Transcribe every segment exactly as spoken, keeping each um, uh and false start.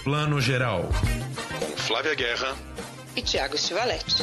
Plano Geral, com Flávia Guerra e Thiago Stivaletti.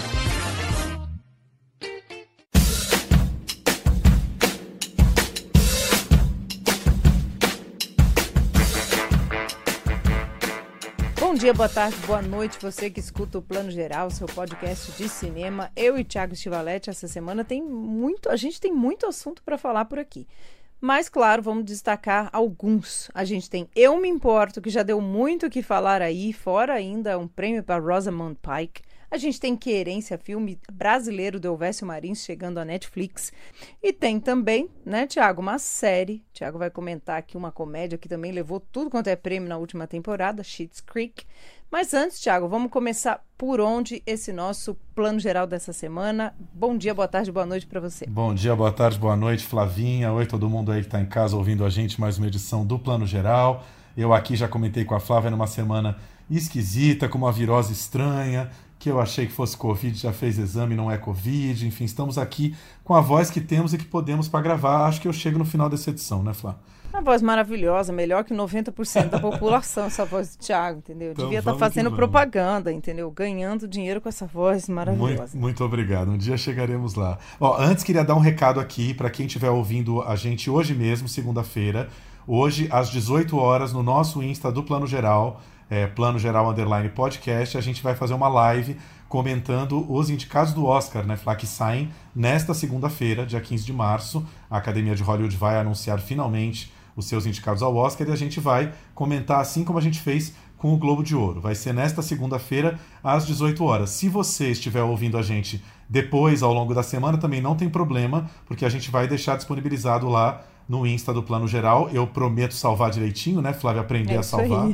Bom dia, boa tarde, boa noite, você que escuta o Plano Geral, seu podcast de cinema. Eu e Thiago Stivaletti, essa semana tem muito, a gente tem muito assunto para falar por aqui. Mas, claro, vamos destacar alguns. A gente tem Eu Me Importo, que já deu muito o que falar aí, fora ainda um prêmio para Rosamund Pike. A gente tem Querência, filme brasileiro do Elvésio Marins, chegando à Netflix. E tem também, né, Thiago, uma série. Thiago vai comentar aqui uma comédia que também levou tudo quanto é prêmio na última temporada, Schitt's Creek. Mas antes, Thiago, vamos começar por onde esse nosso plano geral dessa semana. Bom dia, boa tarde, boa noite para você. Bom dia, boa tarde, boa noite, Flavinha. Oi, todo mundo aí que está em casa ouvindo a gente, mais uma edição do Plano Geral. Eu aqui já comentei com a Flávia numa semana esquisita, com uma virose estranha, que eu achei que fosse Covid, já fez exame, não é Covid. Enfim, estamos aqui com a voz que temos e que podemos para gravar. Acho que eu chego no final dessa edição, né, Flá? Uma voz maravilhosa, melhor que noventa por cento da população, essa voz do Thiago, entendeu? Então, devia estar tá fazendo propaganda, entendeu? Ganhando dinheiro com essa voz maravilhosa. Muito, muito obrigado, um dia chegaremos lá. Ó, antes queria dar um recado aqui para quem estiver ouvindo a gente hoje mesmo, segunda-feira, hoje às dezoito horas, no nosso Insta do Plano Geral, é, Plano Geral Underline Podcast, a gente vai fazer uma live comentando os indicados do Oscar, né, Flá, que saem nesta segunda-feira, dia quinze de março. A Academia de Hollywood vai anunciar finalmente os seus indicados ao Oscar e a gente vai comentar assim como a gente fez com o Globo de Ouro. Vai ser nesta segunda-feira, às dezoito horas. Se você estiver ouvindo a gente depois, ao longo da semana, também não tem problema, porque a gente vai deixar disponibilizado lá no Insta do Plano Geral. Eu prometo salvar direitinho, né, Flávia? Aprender é a salvar.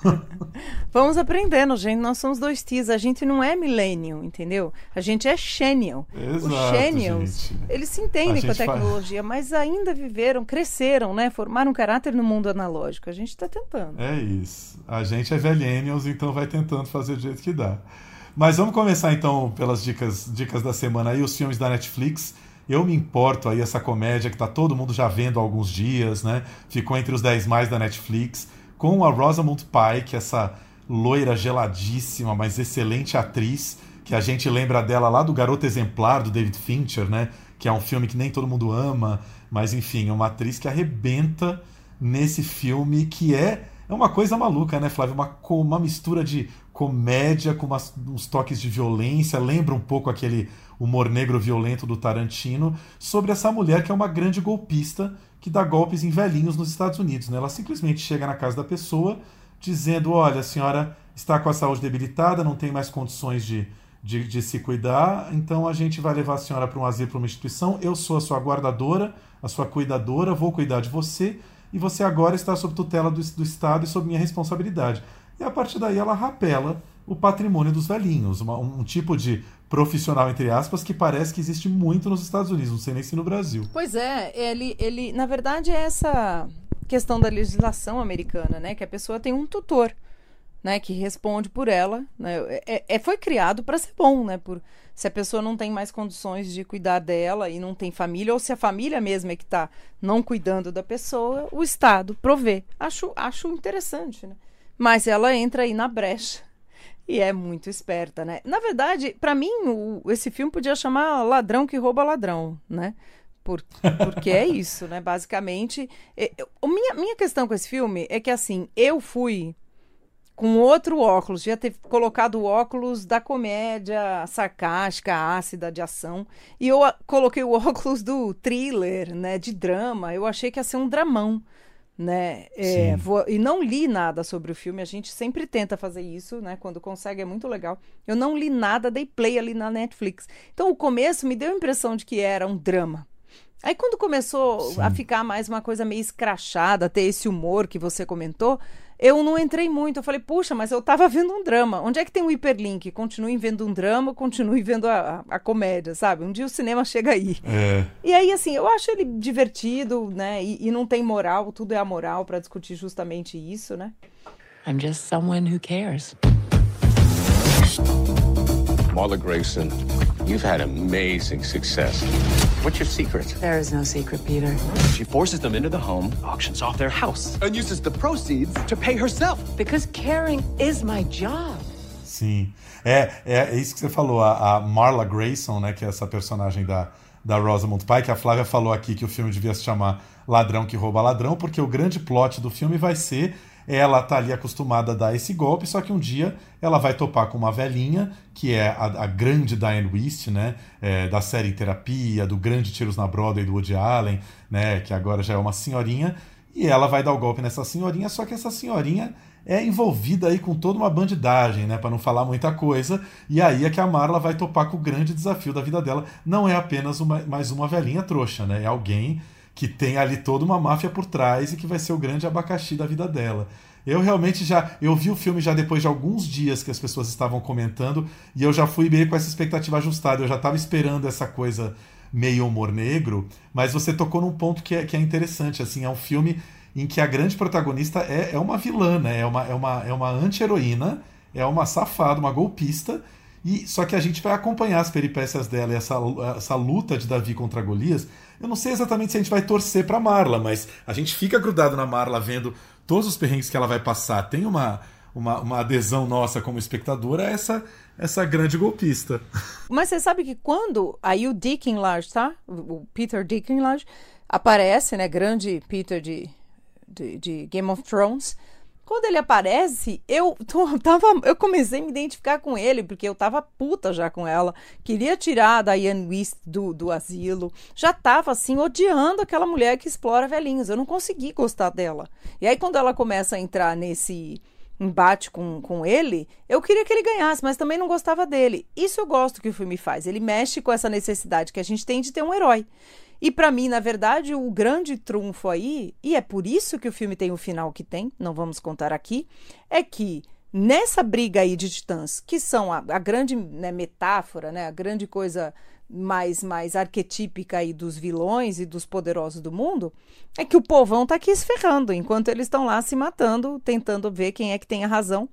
Vamos aprendendo, gente. Nós somos dois T's. A gente não é millennial, entendeu? A gente é Xennial. Exato, Os Xennials, gente. eles se entendem A com a gente tecnologia, faz... mas ainda viveram, cresceram, né? Formaram um caráter no mundo analógico. A gente está tentando. É isso. A gente é velhennials, então vai tentando fazer do jeito que dá. Mas vamos começar então pelas dicas, dicas da semana aí, os filmes da Netflix. Eu Me Importo aí, essa comédia que tá todo mundo já vendo há alguns dias, né? Ficou entre os dez mais da Netflix, com a Rosamund Pike, essa loira geladíssima, mas excelente atriz, que a gente lembra dela lá do Garota Exemplar, do David Fincher, né? Que é um filme que nem todo mundo ama, mas enfim, é uma atriz que arrebenta nesse filme, que é, é uma coisa maluca, né, Flávio? Uma, uma mistura de comédia com umas, uns toques de violência, lembra um pouco aquele humor negro violento do Tarantino, sobre essa mulher que é uma grande golpista que dá golpes em velhinhos nos Estados Unidos, né? Ela simplesmente chega na casa da pessoa dizendo: olha, a senhora está com a saúde debilitada, não tem mais condições de, de, de se cuidar, então a gente vai levar a senhora para um asilo, para uma instituição, eu sou a sua guardadora, a sua cuidadora, vou cuidar de você, e você agora está sob tutela do, do Estado e sob minha responsabilidade. E a partir daí ela rapela o patrimônio dos velhinhos, uma, um tipo de profissional, entre aspas, que parece que existe muito nos Estados Unidos, não sei nem se no Brasil. Pois é, ele, ele na verdade é essa questão da legislação americana, né, que a pessoa tem um tutor, né, que responde por ela, né, é, é, foi criado para ser bom, né, por, se a pessoa não tem mais condições de cuidar dela e não tem família, ou se a família mesmo é que está não cuidando da pessoa, o Estado provê. Acho, acho interessante, né, mas ela entra aí na brecha. E é muito esperta, né? Na verdade, para mim, o, esse filme podia chamar Ladrão que Rouba Ladrão, né? Por, porque é isso, né? Basicamente, é, a minha, minha questão com esse filme é que, assim, eu fui com outro óculos, devia ter colocado o óculos da comédia sarcástica, ácida, de ação, e eu a, coloquei o óculos do thriller, né? De drama. Eu achei que ia ser um dramão. Né? É, vou, e não li nada sobre o filme, a gente sempre tenta fazer isso, né? Quando consegue é muito legal. Eu não li nada, dei play ali na Netflix. Então o começo me deu a impressão de que era um drama. Aí quando começou Sim. a ficar mais uma coisa meio escrachada, ter esse humor que você comentou, eu não entrei muito. Eu falei, puxa, mas eu tava vendo um drama. Onde é que tem um hiperlink? Continue vendo um drama, continue vendo a, a, a comédia, sabe? Um dia o cinema chega aí. É. E aí, assim, eu acho ele divertido, né? E, e não tem moral, tudo é amoral pra discutir justamente isso, né? I'm just someone who cares. Marla Grayson, you've had amazing success. What's your secret? There is no secret, Peter. She forces them into the home, auctions off their house, and uses the proceeds to pay herself. Because caring is my job. Sim. É, é isso que você falou, a, a Marla Grayson, né, que é essa personagem da, da Rosamund Pike, a Flávia falou aqui que o filme devia se chamar Ladrão que Rouba Ladrão, porque o grande plot do filme vai ser ela tá ali acostumada a dar esse golpe, só que um dia ela vai topar com uma velhinha, que é a, a grande Diane Wist, né, é, da série Terapia, do grande Tiros na Broadway do Woody Allen, né, que agora já é uma senhorinha, e ela vai dar o golpe nessa senhorinha, só que essa senhorinha é envolvida aí com toda uma bandidagem, né, para não falar muita coisa, e aí é que a Marla vai topar com o grande desafio da vida dela. Não é apenas uma, mais uma velhinha trouxa, né, é alguém que tem ali toda uma máfia por trás e que vai ser o grande abacaxi da vida dela. Eu realmente já... Eu vi o filme já depois de alguns dias que as pessoas estavam comentando e eu já fui meio com essa expectativa ajustada. Eu já estava esperando essa coisa meio humor negro, mas você tocou num ponto que é, que é interessante. Assim, é um filme em que a grande protagonista é, é uma vilã, né? É uma, é uma, é uma anti-heroína, é uma safada, uma golpista. E, só que a gente vai acompanhar as peripécias dela e essa, essa luta de Davi contra Golias. Eu não sei exatamente se a gente vai torcer pra Marla, mas a gente fica grudado na Marla vendo todos os perrengues que ela vai passar. Tem uma, uma, uma adesão nossa como espectadora a essa, essa grande golpista. Mas você sabe que quando aí o Dinklage, tá? O Peter Dinklage aparece, né? Grande Peter de, de, de Game of Thrones. Quando ele aparece, eu, tô, tava, eu comecei a me identificar com ele, porque eu tava puta já com ela. Queria tirar a Diane Wist do, do asilo. Já tava, assim, odiando aquela mulher que explora velhinhos. Eu não consegui gostar dela. E aí, quando ela começa a entrar nesse embate com, com ele, eu queria que ele ganhasse, mas também não gostava dele. Isso eu gosto que o filme faz. Ele mexe com essa necessidade que a gente tem de ter um herói. E para mim, na verdade, o grande trunfo aí, e é por isso que o filme tem o final que tem, não vamos contar aqui, é que nessa briga aí de titãs, que são a, a grande, né, metáfora, né, a grande coisa mais, mais arquetípica aí dos vilões e dos poderosos do mundo, é que o povão tá aqui se ferrando, enquanto eles estão lá se matando, tentando ver quem é que tem a razão.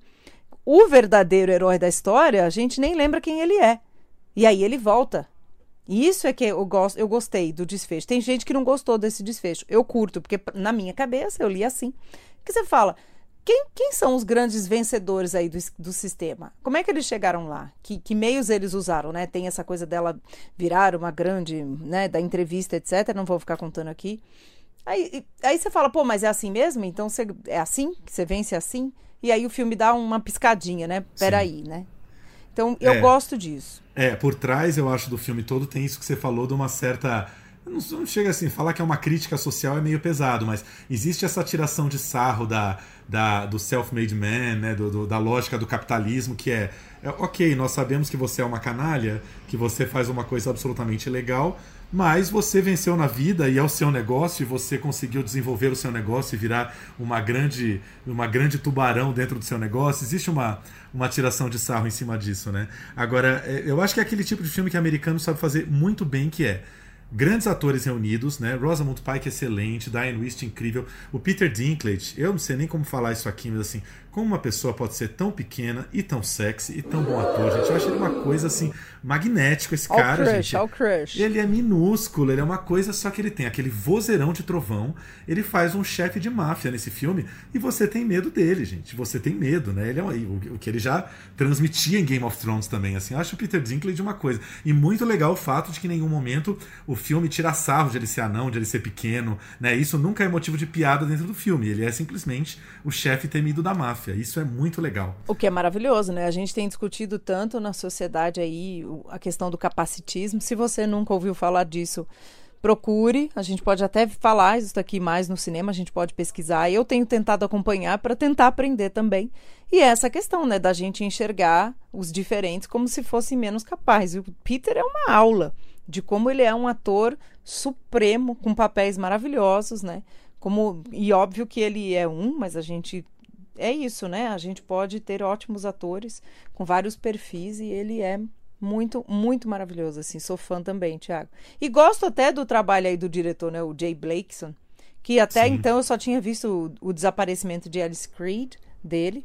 O verdadeiro herói da história, a gente nem lembra quem ele é. E aí ele volta. E isso é que eu, gosto, eu gostei do desfecho. Tem gente que não gostou desse desfecho. Eu curto, porque na minha cabeça eu li assim. Que você fala, quem, quem são os grandes vencedores aí do, do sistema? Como é que eles chegaram lá? Que, que meios eles usaram, né? Tem essa coisa dela virar uma grande, né, da entrevista, etcétera. Não vou ficar contando aqui. Aí, aí você fala, pô, mas é assim mesmo? Então você, é assim? Que você vence assim? E aí o filme dá uma piscadinha, né? Peraí, né? Então, eu é, gosto disso. É, por trás, eu acho, do filme todo, tem isso que você falou de uma certa... Não, não chega assim, falar que é uma crítica social é meio pesado, mas existe essa tiração de sarro da, da, do self-made man, né, do, do, da lógica do capitalismo, que é, é, ok, nós sabemos que você é uma canalha, que você faz uma coisa absolutamente ilegal, mas você venceu na vida e é o seu negócio e você conseguiu desenvolver o seu negócio e virar uma grande, uma grande tubarão dentro do seu negócio. Existe uma, uma tiração de sarro em cima disso, né? Agora, eu acho que é aquele tipo de filme que o americano sabe fazer muito bem, que é grandes atores reunidos, né? Rosamund Pike excelente, Diane Wist incrível, o Peter Dinklage, eu não sei nem como falar isso aqui, mas assim, como uma pessoa pode ser tão pequena e tão sexy e tão bom ator, gente? Eu acho ele uma coisa assim, magnético esse cara, crush, gente. All crush. Ele é minúsculo, ele é uma coisa, só que ele tem aquele vozeirão de trovão, ele faz um chefe de máfia nesse filme e você tem medo dele, gente. Você tem medo, né? Ele é o, o que ele já transmitia em Game of Thrones também, assim. Eu acho o Peter Dinklage uma coisa. E muito legal o fato de que em nenhum momento o filme tira sarro de ele ser anão, de ele ser pequeno, né? Isso nunca é motivo de piada dentro do filme. Ele é simplesmente o chefe temido da máfia. Isso é muito legal. O que é maravilhoso, né? A gente tem discutido tanto na sociedade aí a questão do capacitismo. Se você nunca ouviu falar disso, procure. A gente pode até falar isso aqui mais no cinema, a gente pode pesquisar. Eu tenho tentado acompanhar para tentar aprender também. E é essa questão, né, da gente enxergar os diferentes como se fossem menos capazes. O Peter é uma aula de como ele é um ator supremo, com papéis maravilhosos, né? Como, e óbvio que ele é um, mas a gente... É isso, né? A gente pode ter ótimos atores com vários perfis e ele é muito, muito maravilhoso, assim. Sou fã também, Thiago. E gosto até do trabalho aí do diretor, né? O Jay Blakeson, que até Sim. então eu só tinha visto o, o desaparecimento de Alice Creed, dele.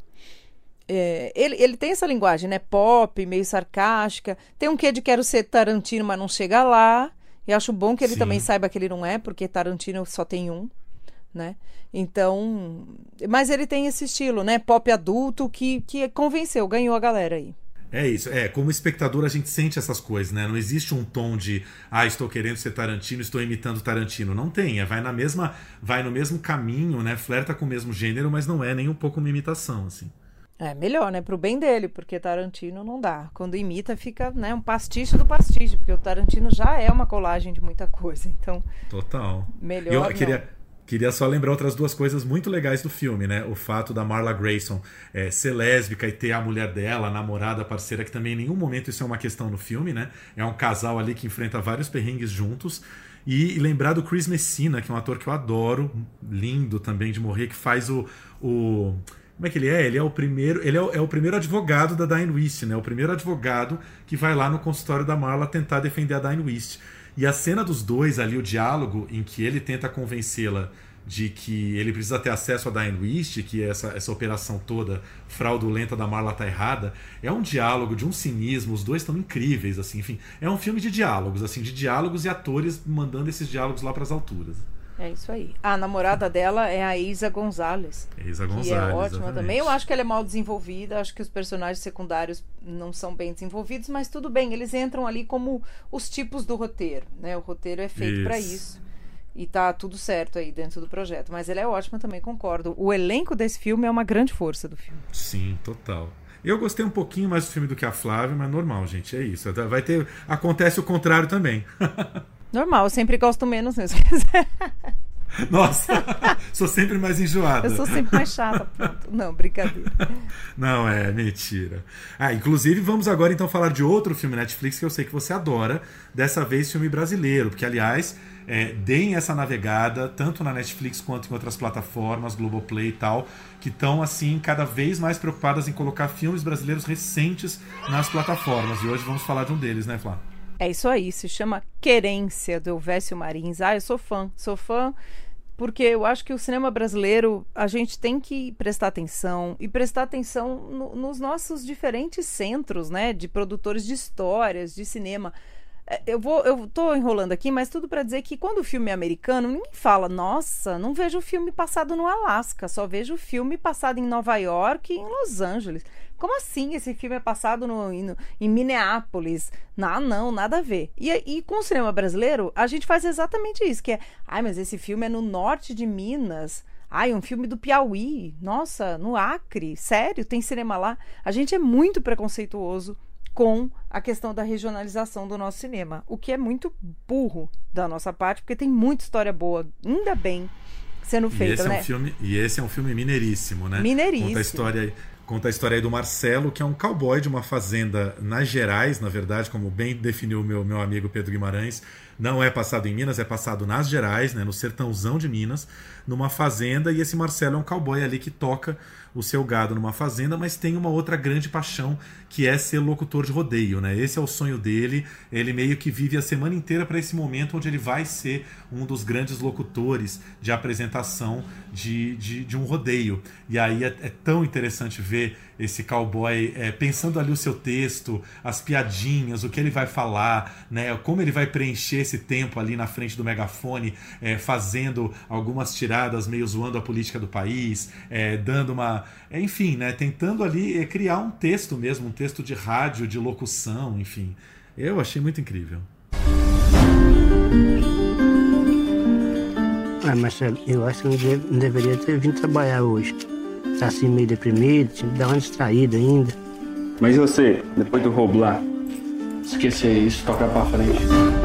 É, ele, ele tem essa linguagem, né? Pop, meio sarcástica. Tem um quê de quero ser Tarantino, mas não chega lá. E acho bom que ele Sim. também saiba que ele não é, porque Tarantino só tem um, né? Então, mas ele tem esse estilo, né? Pop adulto que, que convenceu, ganhou a galera aí. É isso, é, como espectador a gente sente essas coisas, né? Não existe um tom de, ah, estou querendo ser Tarantino, estou imitando Tarantino. Não tem, é, vai na mesma, vai no mesmo caminho, né? Flerta com o mesmo gênero, mas não é nem um pouco uma imitação, assim. É melhor, né? Pro bem dele, porque Tarantino não dá. Quando imita fica, né, um pastiche do pastiche, porque o Tarantino já é uma colagem de muita coisa, então... Total. Melhor Eu não. queria... Queria só lembrar outras duas coisas muito legais do filme, né? O fato da Marla Grayson é, ser lésbica e ter a mulher dela, a namorada, a parceira, que também em nenhum momento isso é uma questão no filme, né? É um casal ali que enfrenta vários perrengues juntos. E, e lembrar do Chris Messina, que é um ator que eu adoro, lindo também de morrer, que faz o... o... Como é que ele é? Ele é o primeiro, ele é o, é o primeiro advogado da Diane Wiest, né? O primeiro advogado que vai lá no consultório da Marla tentar defender a Diane Wiest. E a cena dos dois ali, o diálogo em que ele tenta convencê-la de que ele precisa ter acesso a Diane Wiest, que essa, essa operação toda fraudulenta da Marla tá errada, é um diálogo de um cinismo, os dois estão incríveis, assim, enfim, é um filme de diálogos, assim, de diálogos e atores mandando esses diálogos lá pras alturas. É isso aí. A namorada dela é a Eiza Gonzalez. Eiza Gonzalez, que é ótima exatamente. também. Eu acho que ela é mal desenvolvida, acho que os personagens secundários não são bem desenvolvidos, mas tudo bem, eles entram ali como os tipos do roteiro, né? O roteiro é feito para isso. E tá tudo certo aí dentro do projeto. Mas ela é ótima também, concordo. O elenco desse filme é uma grande força do filme. Sim, total. Eu gostei um pouquinho mais do filme do que a Flávia, mas normal, gente, é isso. Vai ter... Acontece o contrário também. Normal, eu sempre gosto menos mesmo. Nossa, sou sempre mais enjoada. Eu sou sempre mais chata, pronto. Não, brincadeira. Não, é mentira. Ah, inclusive vamos agora então falar de outro filme Netflix que eu sei que você adora, dessa vez filme brasileiro, porque aliás, é, deem essa navegada tanto na Netflix quanto em outras plataformas, Globoplay e tal, que estão assim cada vez mais preocupadas em colocar filmes brasileiros recentes nas plataformas. E hoje vamos falar de um deles, né, Flá? É isso aí, se chama Querência, do Elvésio Marins. Ah, eu sou fã, sou fã porque eu acho que o cinema brasileiro, a gente tem que prestar atenção, e prestar atenção no, nos nossos diferentes centros, né, de produtores de histórias, de cinema. Eu vou, eu tô enrolando aqui, mas tudo para dizer que quando o filme é americano, ninguém fala, nossa, não vejo o filme passado no Alasca, só vejo o filme passado em Nova York e em Los Angeles. Como assim esse filme é passado no, no, em Minneapolis? Não, não, nada a ver. E, e com o cinema brasileiro, a gente faz exatamente isso, que é, ai, mas esse filme é no norte de Minas, ai, um filme do Piauí, nossa, no Acre, sério, tem cinema lá? A gente é muito preconceituoso com a questão da regionalização do nosso cinema, o que é muito burro da nossa parte, porque tem muita história boa, ainda bem, sendo feita, e esse né? É um filme, e esse é um filme mineiríssimo, né? Mineiríssimo. Conta a história, conta a história aí do Marcelo, que é um cowboy de uma fazenda nas Gerais, na verdade, como bem definiu o meu, meu amigo Pedro Guimarães. Não é passado em Minas, é passado nas Gerais, né, no sertãozão de Minas, numa fazenda, e esse Marcelo é um cowboy ali que toca o seu gado numa fazenda, mas tem uma outra grande paixão, que é ser locutor de rodeio, né? Esse é o sonho dele, ele meio que vive a semana inteira para esse momento onde ele vai ser um dos grandes locutores de apresentação de, de, de um rodeio. E aí é, é tão interessante ver esse cowboy é, pensando ali o seu texto, as piadinhas, o que ele vai falar, né? Como ele vai preencher esse tempo ali na frente do megafone, é, fazendo algumas tiradas meio zoando a política do país, é, dando uma... Enfim, né? Tentando ali é, criar um texto mesmo, um texto de rádio, de locução, enfim. Eu achei muito incrível. Ah, Marcelo, eu acho que não, deve, não deveria ter vindo trabalhar hoje. Tá assim meio deprimido, tinha que dar uma distraída ainda. Mas e você, depois do roubo lá? Esquecer isso, tocar pra frente.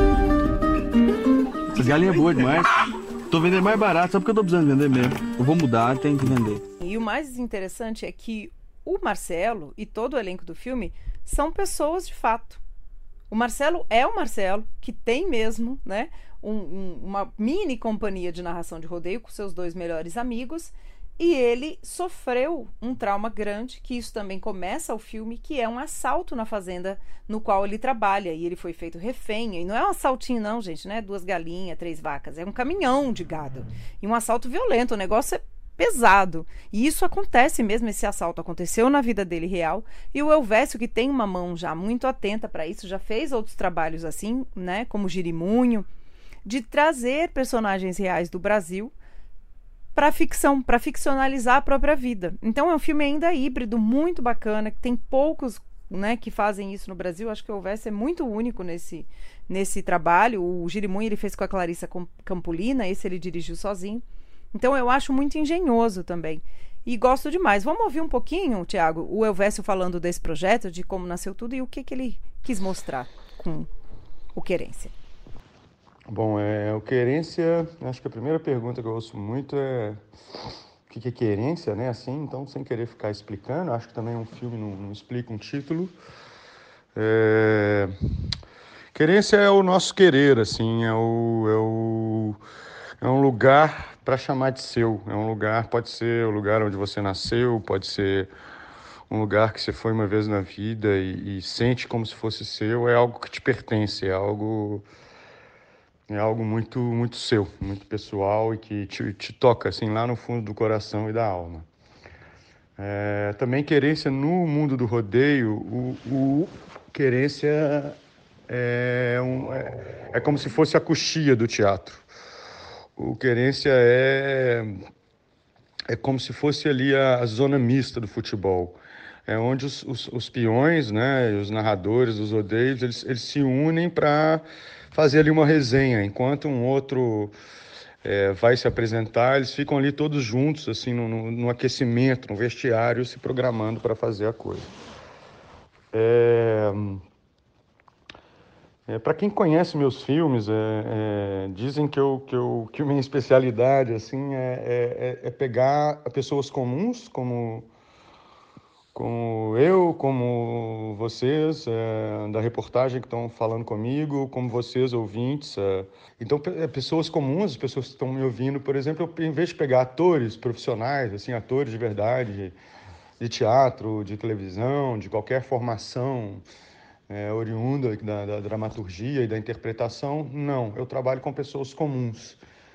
Essa galinha é boa demais. Tô vendendo mais barato só porque eu tô precisando vender mesmo. Eu vou mudar, tenho que vender. E o mais interessante é que o Marcelo e todo o elenco do filme são pessoas de fato. O Marcelo é o Marcelo, que tem mesmo, né, um, um, uma mini companhia de narração de rodeio com seus dois melhores amigos, e ele sofreu um trauma grande, que isso também começa o filme, que é um assalto na fazenda no qual ele trabalha, e ele foi feito refém, e não é um assaltinho não, gente, né, duas galinhas, três vacas, é um caminhão de gado, e um assalto violento, o negócio é pesado. E isso acontece mesmo, esse assalto aconteceu na vida dele real. E o Elvésio, que tem uma mão já muito atenta para isso, já fez outros trabalhos assim, né, como Girimunho, de trazer personagens reais do Brasil para ficção, para ficcionalizar a própria vida. Então é um filme ainda híbrido, muito bacana, que tem poucos, né, que fazem isso no Brasil. Acho que o Elvésio é muito único nesse, nesse trabalho. O Girimunho ele fez com a Clarissa Campolina, esse ele dirigiu sozinho. Então eu acho muito engenhoso também. E gosto demais. Vamos ouvir um pouquinho, Tiago, o Elvésio falando desse projeto, de como nasceu tudo e o que, que ele quis mostrar com o Querência. Bom, é, o Querência, acho que a primeira pergunta que eu ouço muito é o que, que é querência, né? Assim, então, sem querer ficar explicando, acho que também um filme não, não explica um título. É... Querência é o nosso querer, assim, é, o, é, o, é um lugar para chamar de seu. É um lugar, pode ser o lugar onde você nasceu, pode ser um lugar que você foi uma vez na vida e, e sente como se fosse seu. É algo que te pertence, é algo, é algo muito, muito seu, muito pessoal e que te, te toca assim, lá no fundo do coração e da alma. É, também Querência no mundo do rodeio, o, o Querência é, um, é, é como se fosse a coxia do teatro. O Querência é, é como se fosse ali a, a zona mista do futebol. É onde os, os, os peões, né, os narradores, os rodeios, eles, eles se unem para fazer ali uma resenha. Enquanto um outro é, vai se apresentar, eles ficam ali todos juntos, assim, no, no, no aquecimento, no vestiário, se programando para fazer a coisa. É... É, para quem conhece meus filmes, é, é, dizem que, eu, que, eu, que minha especialidade assim, é, é, é pegar pessoas comuns, como, como eu, como vocês, é, da reportagem que estão falando comigo, como vocês, ouvintes. É. Então, é, pessoas comuns, as pessoas que estão me ouvindo, por exemplo, eu, em vez de pegar atores profissionais, assim, atores de verdade, de, de teatro, de televisão, de qualquer formação, É, oriunda da, da dramaturgia e da interpretação, não. Eu trabalho com pessoas comuns.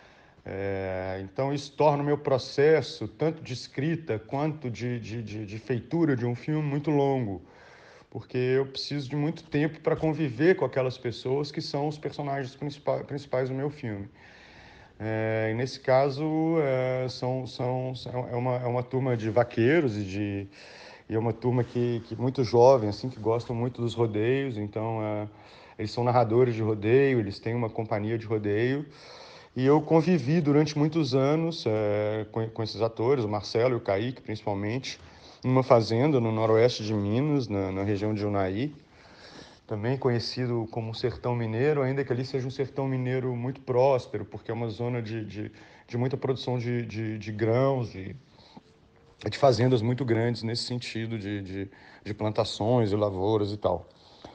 É, então, isso torna o meu processo, tanto de escrita quanto de, de, de, de feitura de um filme, muito longo, porque eu preciso de muito tempo para conviver com aquelas pessoas que são os personagens principais, principais do meu filme. É, e nesse caso, é, são, são, são, é, uma, é uma turma de vaqueiros e de... E é uma turma que, que muito jovem, assim, que gostam muito dos rodeios. Então, é, eles são narradores de rodeio, eles têm uma companhia de rodeio. E eu convivi durante muitos anos é, com, com esses atores, o Marcelo e o Kaique, principalmente, numa fazenda no noroeste de Minas, na, na região de Unai, também conhecido como Sertão Mineiro, ainda que ali seja um sertão mineiro muito próspero, porque é uma zona de, de, de muita produção de, de, de grãos, de... de fazendas muito grandes nesse sentido de, de, de plantações e lavouras e tal.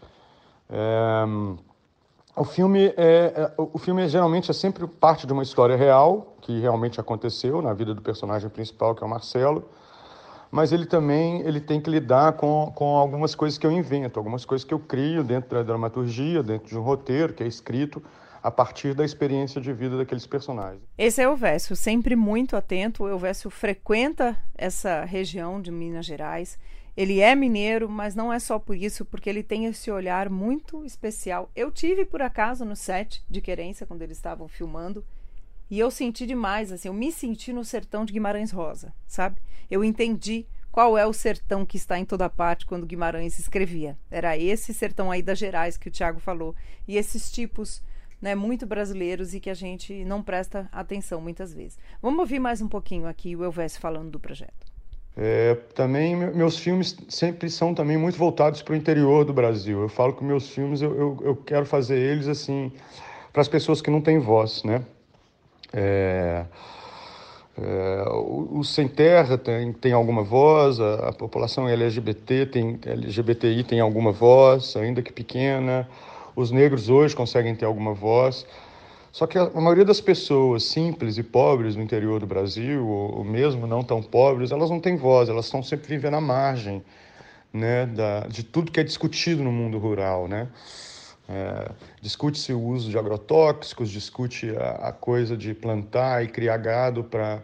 É, o, filme é, é, o filme é, geralmente é sempre parte de uma história real, que realmente aconteceu na vida do personagem principal, que é o Marcelo, mas ele também ele tem que lidar com, com algumas coisas que eu invento, algumas coisas que eu crio dentro da dramaturgia, dentro de um roteiro que é escrito a partir da experiência de vida daqueles personagens. Esse é o Elvésio, sempre muito atento. O Elvésio frequenta essa região de Minas Gerais. Ele é mineiro, mas não é só por isso, porque ele tem esse olhar muito especial. Eu tive, por acaso, no set de Querência, quando eles estavam filmando, e eu senti demais, assim, eu me senti no sertão de Guimarães Rosa, sabe? Eu entendi qual é o sertão que está em toda parte quando Guimarães escrevia. Era esse sertão aí das Gerais que o Tiago falou. E esses tipos... Né, muito brasileiros e que a gente não presta atenção muitas vezes. Vamos ouvir mais um pouquinho aqui o Elvésio falando do projeto. É, também meus filmes sempre são também muito voltados para o interior do Brasil. Eu falo que meus filmes eu, eu, eu quero fazer eles assim para as pessoas que não têm voz, né? É, é, o, o Sem Terra tem, tem alguma voz, a, a população L G B T tem L G B T I tem alguma voz, ainda que pequena. Os negros hoje conseguem ter alguma voz, só que a maioria das pessoas simples e pobres do interior do Brasil, ou, ou mesmo não tão pobres, elas não têm voz, elas estão sempre vivendo à margem, né, da, de tudo que é discutido no mundo rural, né? É, discute-se o uso de agrotóxicos, discute a, a coisa de plantar e criar gado para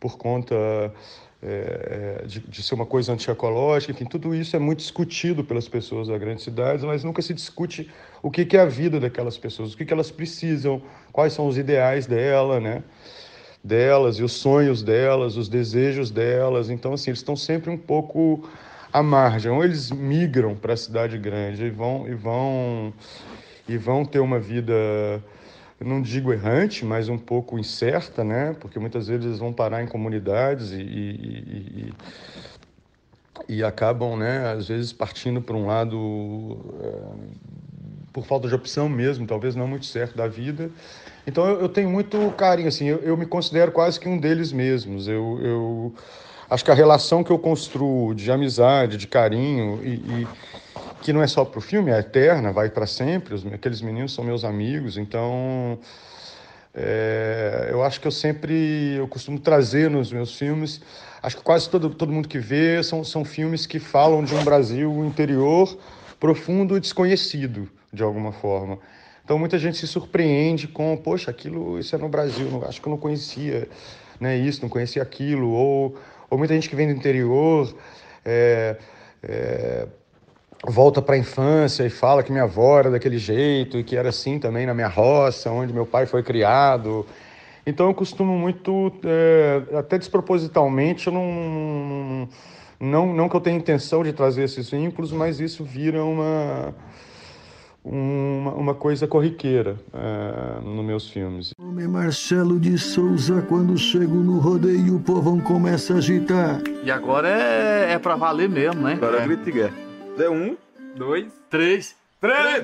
por conta é, de, de ser uma coisa antiecológica, enfim, tudo isso é muito discutido pelas pessoas das grandes cidades, mas nunca se discute o que, que é a vida daquelas pessoas, o que, que elas precisam, quais são os ideais dela, né? delas e os sonhos delas, os desejos delas. Então, assim, eles estão sempre um pouco à margem. Ou eles migram para a cidade grande e vão, e, vão, e vão ter uma vida, não digo errante, mas um pouco incerta, né? Porque muitas vezes eles vão parar em comunidades e, e, e, e acabam, né, às vezes, partindo para um lado, é, por falta de opção mesmo, talvez não muito certo da vida. Então, eu, eu tenho muito carinho, assim, eu, eu me considero quase que um deles mesmos. Eu, eu acho que a relação que eu construo de amizade, de carinho, e, e que não é só para o filme, é eterna, vai para sempre. Os, aqueles meninos são meus amigos, então é, eu acho que eu sempre, eu costumo trazer nos meus filmes, acho que quase todo, todo mundo que vê são, são filmes que falam de um Brasil interior, profundo e desconhecido, de alguma forma. Então, muita gente se surpreende com, poxa, aquilo, isso é no Brasil, não, acho que eu não conhecia, né, isso, não conhecia aquilo. Ou, ou muita gente que vem do interior é, é, volta para a infância e fala que minha avó era daquele jeito e que era assim também na minha roça, onde meu pai foi criado. Então, eu costumo muito, é, até despropositalmente, eu não, não, não que eu tenha intenção de trazer esses vínculos, mas isso vira uma... Uma, uma coisa corriqueira uh, nos meus filmes. O nome é Marcelo de Souza. Quando chego no rodeio, o povão começa a agitar. E agora é, é pra valer mesmo, né? Agora é grito de guerra. É um, dois, três. Três!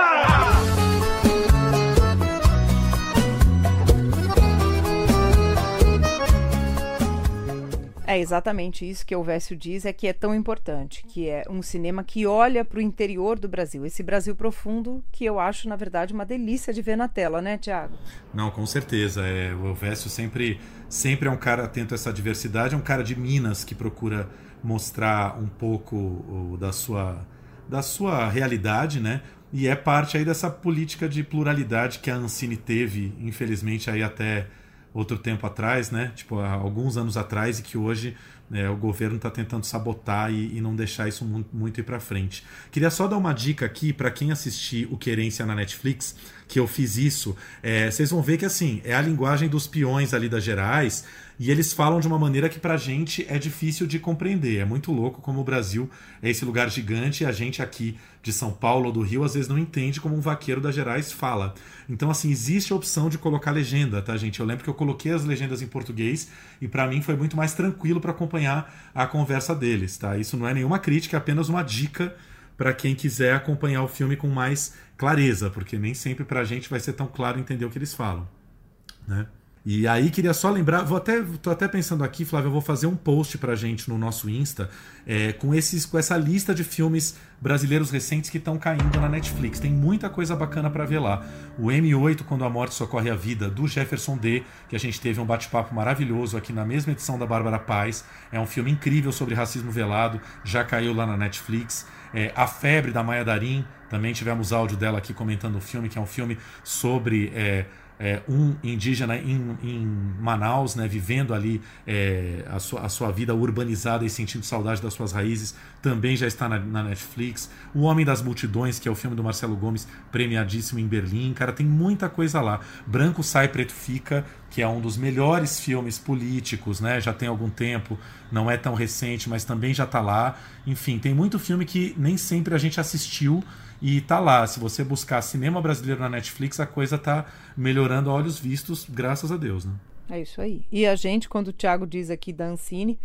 É exatamente isso que o Vécio diz, é que é tão importante, que é um cinema que olha para o interior do Brasil, esse Brasil profundo que eu acho, na verdade, uma delícia de ver na tela, né, Thiago? Não, com certeza. É, o Vécio sempre, sempre é um cara atento a essa diversidade, é um cara de Minas que procura mostrar um pouco o, da, sua, da sua realidade, né? E é parte aí dessa política de pluralidade que a Ancine teve, infelizmente, aí até outro tempo atrás, né? Tipo, há alguns anos atrás, e que hoje é, o governo está tentando sabotar e, e não deixar isso muito, muito ir para frente. Queria só dar uma dica aqui para quem assistir o Querência na Netflix, que eu fiz isso. É, vocês vão ver que assim é a linguagem dos peões ali das Gerais, e eles falam de uma maneira que pra gente é difícil de compreender. É muito louco como o Brasil é esse lugar gigante e a gente aqui de São Paulo ou do Rio às vezes não entende como um vaqueiro das Gerais fala. Então, assim, existe a opção de colocar legenda, tá, gente? Eu lembro que eu coloquei as legendas em português e pra mim foi muito mais tranquilo para acompanhar a conversa deles, tá? Isso não é nenhuma crítica, é apenas uma dica para quem quiser acompanhar o filme com mais clareza, porque nem sempre pra gente vai ser tão claro entender o que eles falam, né? E aí queria só lembrar, vou até, tô até pensando aqui, Flávio, eu vou fazer um post pra gente no nosso Insta é, com, esses, com essa lista de filmes brasileiros recentes que estão caindo na Netflix. Tem muita coisa bacana pra ver lá. O M oito, Quando a Morte Socorre a Vida, do Jefferson D, que a gente teve um bate-papo maravilhoso aqui na mesma edição da Bárbara Paz. É um filme incrível sobre racismo velado, já caiu lá na Netflix. É, A Febre, da Maia Darim, também tivemos áudio dela aqui comentando o filme, que é um filme sobre... É, É, um indígena em, em Manaus, né, vivendo ali é, a, sua, a sua vida urbanizada e sentindo saudade das suas raízes, também já está na, na Netflix. O Homem das Multidões, que é o filme do Marcelo Gomes, premiadíssimo em Berlim. Cara, tem muita coisa lá. Branco Sai, Preto Fica, que é um dos melhores filmes políticos, né, já tem algum tempo, não é tão recente, mas também já está lá. Enfim, tem muito filme que nem sempre a gente assistiu e tá lá. Se você buscar cinema brasileiro na Netflix, a coisa tá melhorando a olhos vistos, graças a Deus, né? É isso aí. E a gente, quando o Thiago diz aqui da Ancine,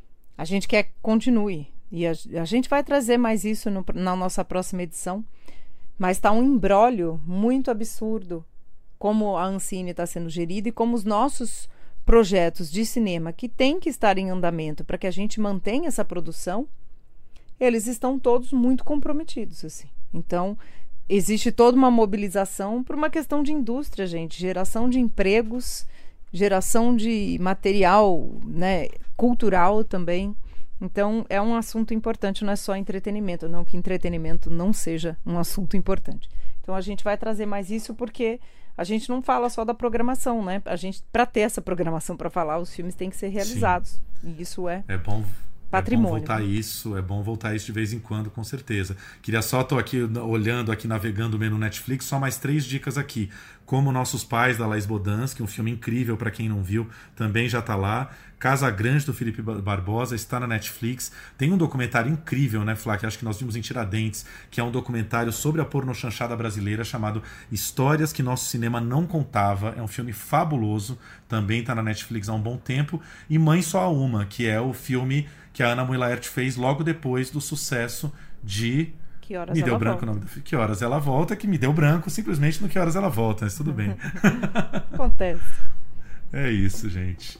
a gente quer que continue. E a, a gente vai trazer mais isso no, na nossa próxima edição. Mas tá um imbróglio muito absurdo como a Ancine está sendo gerida e como os nossos projetos de cinema, que tem que estar em andamento para que a gente mantenha essa produção, eles estão todos muito comprometidos, assim. Então, existe toda uma mobilização por uma questão de indústria, gente, geração de empregos, geração de material, né, cultural também. Então, é um assunto importante, não é só entretenimento, não que entretenimento não seja um assunto importante. Então, a gente vai trazer mais isso porque a gente não fala só da programação, né? A gente, para ter essa programação para falar, os filmes têm que ser realizados. Sim. E isso é... É bom... patrimônio. É bom voltar isso, é bom voltar isso de vez em quando, com certeza. Queria só, tô aqui olhando, aqui navegando o menu Netflix, só mais três dicas aqui. Como Nossos Pais, da Laís Bodansky, um filme incrível para quem não viu, também já tá lá. Casa Grande, do Felipe Barbosa, está na Netflix. Tem um documentário incrível, né, Flá, que acho que nós vimos em Tiradentes, que é um documentário sobre a pornochanchada brasileira, chamado Histórias que Nosso Cinema Não Contava. É um filme fabuloso, também está na Netflix há um bom tempo. E Mãe Só Há Uma, que é o filme que a Ana Mui Laerte fez logo depois do sucesso de... Que Horas me Ela deu branco Volta. o nome do... Que Horas Ela Volta, que me deu branco simplesmente no Que Horas Ela Volta, mas tudo bem. Acontece. É isso, gente.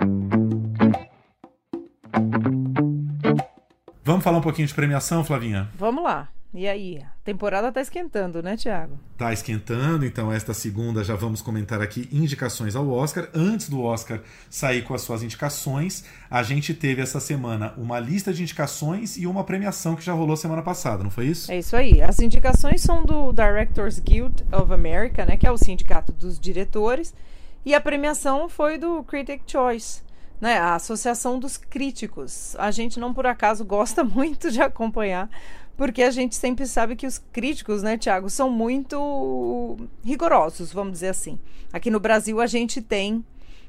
Vamos falar um pouquinho de premiação, Flavinha? Vamos lá. E aí? A temporada tá esquentando, né, Thiago? Tá esquentando, então esta segunda já vamos comentar aqui indicações ao Oscar. Antes do Oscar sair com as suas indicações, a gente teve essa semana uma lista de indicações e uma premiação que já rolou semana passada, não foi isso? É isso aí. As indicações são do Directors Guild of America, né, que é o sindicato dos diretores, e a premiação foi do Critic Choice, né, a Associação dos Críticos. A gente não por acaso gosta muito de acompanhar, porque a gente sempre sabe que os críticos, né, Thiago, são muito rigorosos, vamos dizer assim. Aqui no Brasil a gente tem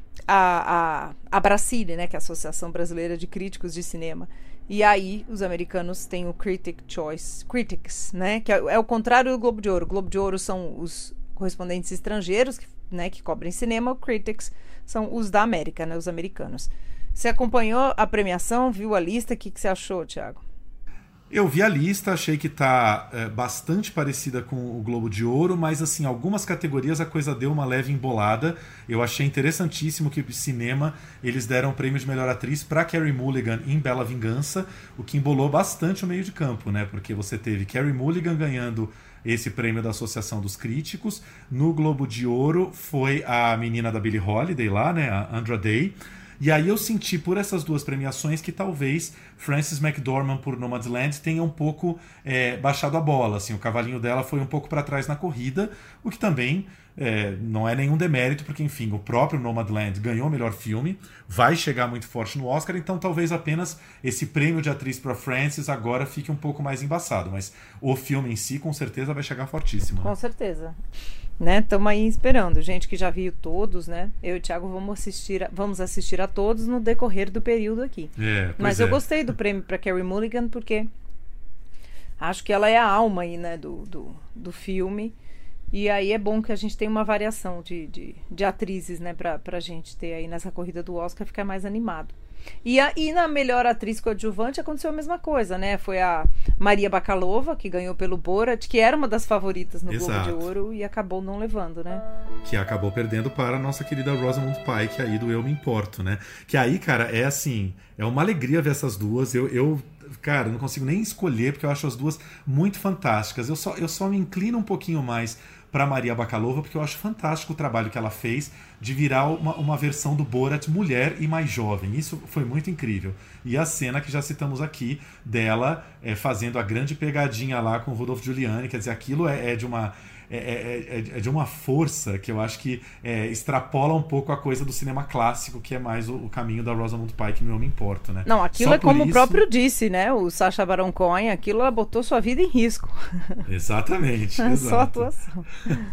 a, a, a Bracile, né, que é a Associação Brasileira de Críticos de Cinema. E aí os americanos têm o Critic Choice, Critics, né, que é, é o contrário do Globo de Ouro. O Globo de Ouro são os correspondentes estrangeiros, que, né, que cobrem cinema. O Critics são os da América, né, os americanos. Você acompanhou a premiação, viu a lista? O que, que você achou, Thiago? Eu vi a lista, achei que tá é, bastante parecida com o Globo de Ouro, mas assim, algumas categorias a coisa deu uma leve embolada. Eu achei interessantíssimo que o cinema, eles deram o prêmio de melhor atriz para Carey Mulligan em Bela Vingança, o que embolou bastante o meio de campo, né? Porque você teve Carey Mulligan ganhando esse prêmio da Associação dos Críticos. No Globo de Ouro foi a menina da Billie Holiday lá, né? A Andra Day. E aí eu senti por essas duas premiações que talvez Frances McDormand por Nomadland tenha um pouco é, baixado a bola. Assim, o cavalinho dela foi um pouco para trás na corrida, o que também é, não é nenhum demérito, porque enfim, o próprio Nomadland ganhou o melhor filme, vai chegar muito forte no Oscar, então talvez apenas esse prêmio de atriz para Frances agora fique um pouco mais embaçado, mas o filme em si com certeza vai chegar fortíssimo. Com certeza. Né, estamos aí esperando, gente que já viu todos, né? Eu e o Thiago vamos assistir a, vamos assistir a todos no decorrer do período aqui. É, Mas é. eu gostei do prêmio para Carey Mulligan porque acho que ela é a alma aí, né, do, do, do filme. E aí é bom que a gente tenha uma variação de, de, de atrizes, né, pra, pra gente ter aí nessa corrida do Oscar, ficar mais animado. E, a, e na melhor atriz coadjuvante aconteceu a mesma coisa, né? Foi a Maria Bakalova, que ganhou pelo Borat, que era uma das favoritas no Exato. Globo de Ouro e acabou não levando, né? Que acabou perdendo para a nossa querida Rosamund Pike aí do Eu Me Importo, né? Que aí, cara, é assim, é uma alegria ver essas duas. Eu, eu cara, não consigo nem escolher, porque eu acho as duas muito fantásticas. Eu só, eu só me inclino um pouquinho mais para Maria Bakalova, porque eu acho fantástico o trabalho que ela fez de virar uma, uma versão do Borat mulher e mais jovem. Isso foi muito incrível. E a cena que já citamos aqui, dela é, fazendo a grande pegadinha lá com o Rudolph Giuliani, quer dizer, aquilo é, é de uma... É, é, é de uma força que eu acho que é, extrapola um pouco a coisa do cinema clássico, que é mais o, o caminho da Rosamund Pike no Eu Me Importo, né? Não, aquilo Só é como isso... o próprio disse, né? O Sacha Baron Cohen, aquilo ela botou sua vida em risco. Exatamente. Só atuação.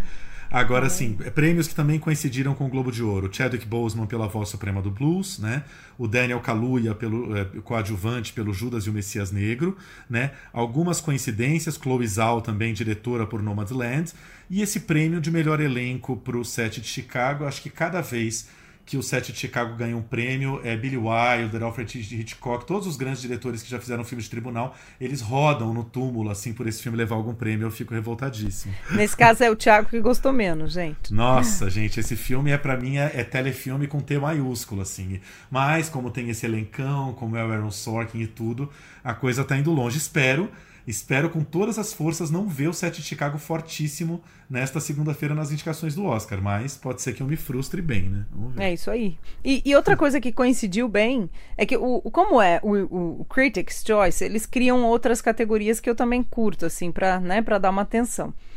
Agora sim, prêmios que também coincidiram com o Globo de Ouro. Chadwick Boseman pela Voz Suprema do Blues, né? O Daniel Kaluuya pelo é, coadjuvante pelo Judas e o Messias Negro, né? Algumas coincidências, Chloe Zhao também diretora por Nomadland, e esse prêmio de melhor elenco para o Sete de Chicago. Acho que cada vez que o Sete de Chicago ganha um prêmio, é Billy Wilder, Alfred Hitchcock, todos os grandes diretores que já fizeram filme de tribunal, eles rodam no túmulo, assim, por esse filme levar algum prêmio. Eu fico revoltadíssimo. Nesse caso é o Thiago que gostou menos, gente. Nossa, gente, esse filme é pra mim é, é telefilme com T maiúsculo, assim. Mas como tem esse elencão, como é o Aaron Sorkin e tudo, a coisa tá indo longe. Espero Espero com todas as forças não ver o Sete de Chicago fortíssimo nesta segunda-feira nas indicações do Oscar, mas pode ser que eu me frustre bem, né? Vamos ver. É isso aí. E, e outra coisa que coincidiu bem é que, o, como é o, o, o Critics' Choice, eles criam outras categorias que eu também curto, assim, pra, né, pra dar uma atenção.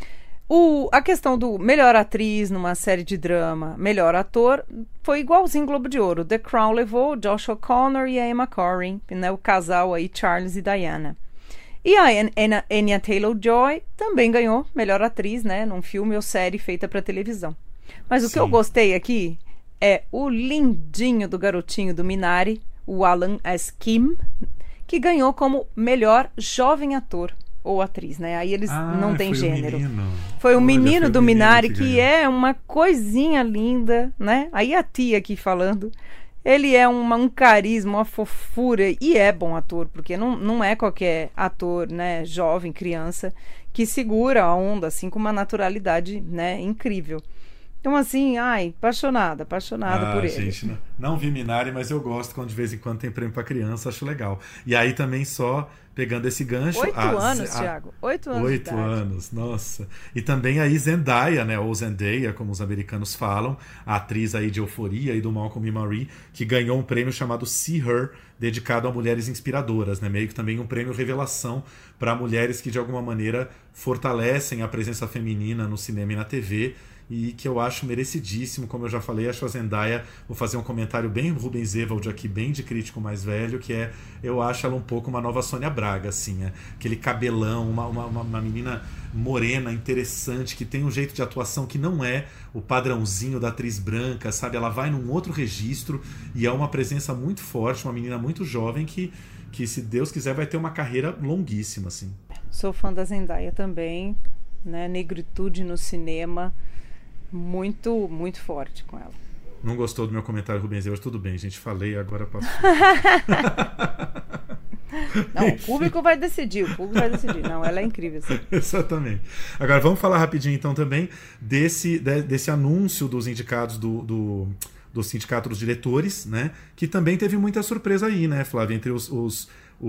O, a questão do melhor atriz numa série de drama, melhor ator, foi igualzinho Globo de Ouro. The Crown levou Josh O'Connor e a Emma Corrin, né, o casal aí, Charles e Diana. E a Anya Taylor-Joy também ganhou melhor atriz, né, num filme ou série feita para televisão. Mas o Sim. que eu gostei aqui é o lindinho do garotinho do Minari, o Alan S. Kim, que ganhou como melhor jovem ator ou atriz, né? Aí eles ah, não têm gênero. Menino. Foi o Olha, menino foi do o menino Minari, que, que é uma coisinha linda, né? Aí a tia aqui falando, ele é uma, um carisma, uma fofura, e é bom ator, porque não, não é qualquer ator, né, jovem, criança, que segura a onda, assim, com uma naturalidade, né, incrível. Então, assim, ai, apaixonada, apaixonada ah, por ele. Gente, não, não vi Minari, mas eu gosto quando de vez em quando tem prêmio pra criança, acho legal. E aí também só pegando esse gancho... Oito a, anos, a, Thiago. Oito anos Oito anos, nossa. E também aí Zendaya, né, ou Zendaya, como os americanos falam, a atriz aí de Euforia e do Malcolm e Marie, que ganhou um prêmio chamado See Her, dedicado a mulheres inspiradoras, né, meio que também um prêmio revelação para mulheres que de alguma maneira fortalecem a presença feminina no cinema e na T V, e que eu acho merecidíssimo, como eu já falei, acho a Zendaya, vou fazer um comentário bem Rubens Evald aqui, bem de crítico mais velho, que é, eu acho ela um pouco uma nova Sônia Braga, assim, é, aquele cabelão, uma, uma, uma menina morena, interessante, que tem um jeito de atuação que não é o padrãozinho da atriz branca, sabe, ela vai num outro registro, e é uma presença muito forte, uma menina muito jovem que, que se Deus quiser, vai ter uma carreira longuíssima, assim. Sou fã da Zendaya também, né, negritude no cinema, muito, muito forte com ela. Não gostou do meu comentário, Rubens? Eu, tudo bem, gente, falei, agora passou. Não, o público vai decidir, o público vai decidir. Não, ela é incrível. Assim. Exatamente. Agora, vamos falar rapidinho, então, também desse, de, desse anúncio dos indicados do, do, do Sindicato dos Diretores, né? Que também teve muita surpresa aí, né, Flávia? Entre os, os,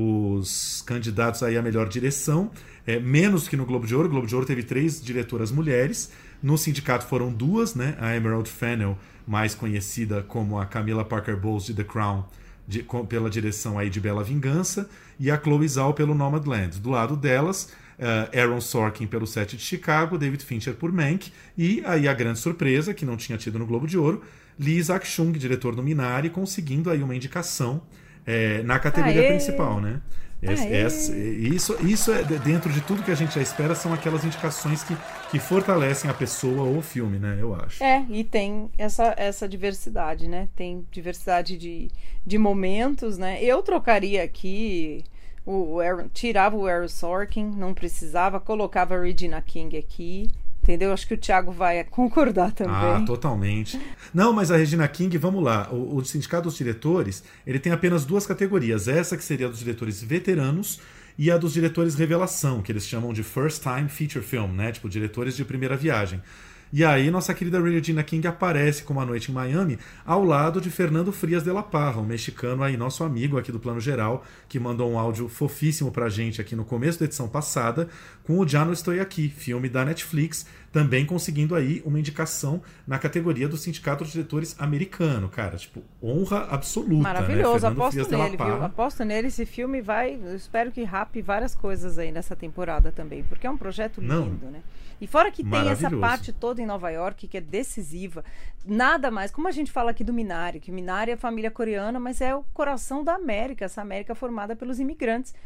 os candidatos aí à melhor direção, é, menos que no Globo de Ouro. O Globo de Ouro teve três diretoras mulheres. No sindicato foram duas, né? A Emerald Fennell, mais conhecida como a Camilla Parker Bowles de The Crown, de, com, pela direção aí de Bela Vingança, e a Chloe Zhao pelo Nomadland. Do lado delas, uh, Aaron Sorkin pelo Sete de Chicago, David Fincher por Mank, e aí a grande surpresa, que não tinha tido no Globo de Ouro, Lee Isaac-Chung, diretor do Minari, conseguindo aí uma indicação é, na categoria Aê! principal, né? Essa, essa, isso, isso é dentro de tudo que a gente já espera, são aquelas indicações que, que fortalecem a pessoa ou o filme, né? Eu acho. É, e tem essa, essa diversidade, né? Tem diversidade de, de momentos, né? Eu trocaria aqui, o, o Aaron, tirava o Aaron Sorkin, não precisava, colocava a Regina King aqui. Entendeu? Acho que o Thiago vai concordar também. Ah, totalmente. Não, mas a Regina King, vamos lá. O, o Sindicato dos Diretores, ele tem apenas duas categorias. Essa que seria a dos diretores veteranos e a dos diretores revelação, que eles chamam de First Time Feature Film, né? Tipo, diretores de primeira viagem. E aí nossa querida Regina King aparece com Uma Noite em Miami ao lado de Fernando Frias de la Parra, um mexicano aí, nosso amigo aqui do Plano Geral, que mandou um áudio fofíssimo pra gente aqui no começo da edição passada, com o Já Não Estou Aqui, filme da Netflix, também conseguindo aí uma indicação na categoria do Sindicato de Diretores americano, cara, tipo, honra absoluta. Maravilhoso, né? aposto nele, viu? Aposto nele, esse filme vai, eu espero que rape várias coisas aí nessa temporada também, porque é um projeto lindo, Não. né? E fora que tem essa parte toda em Nova York que é decisiva, nada mais, como a gente fala aqui do Minari, que Minari é família coreana, mas é o coração da América, essa América formada pelos imigrantes.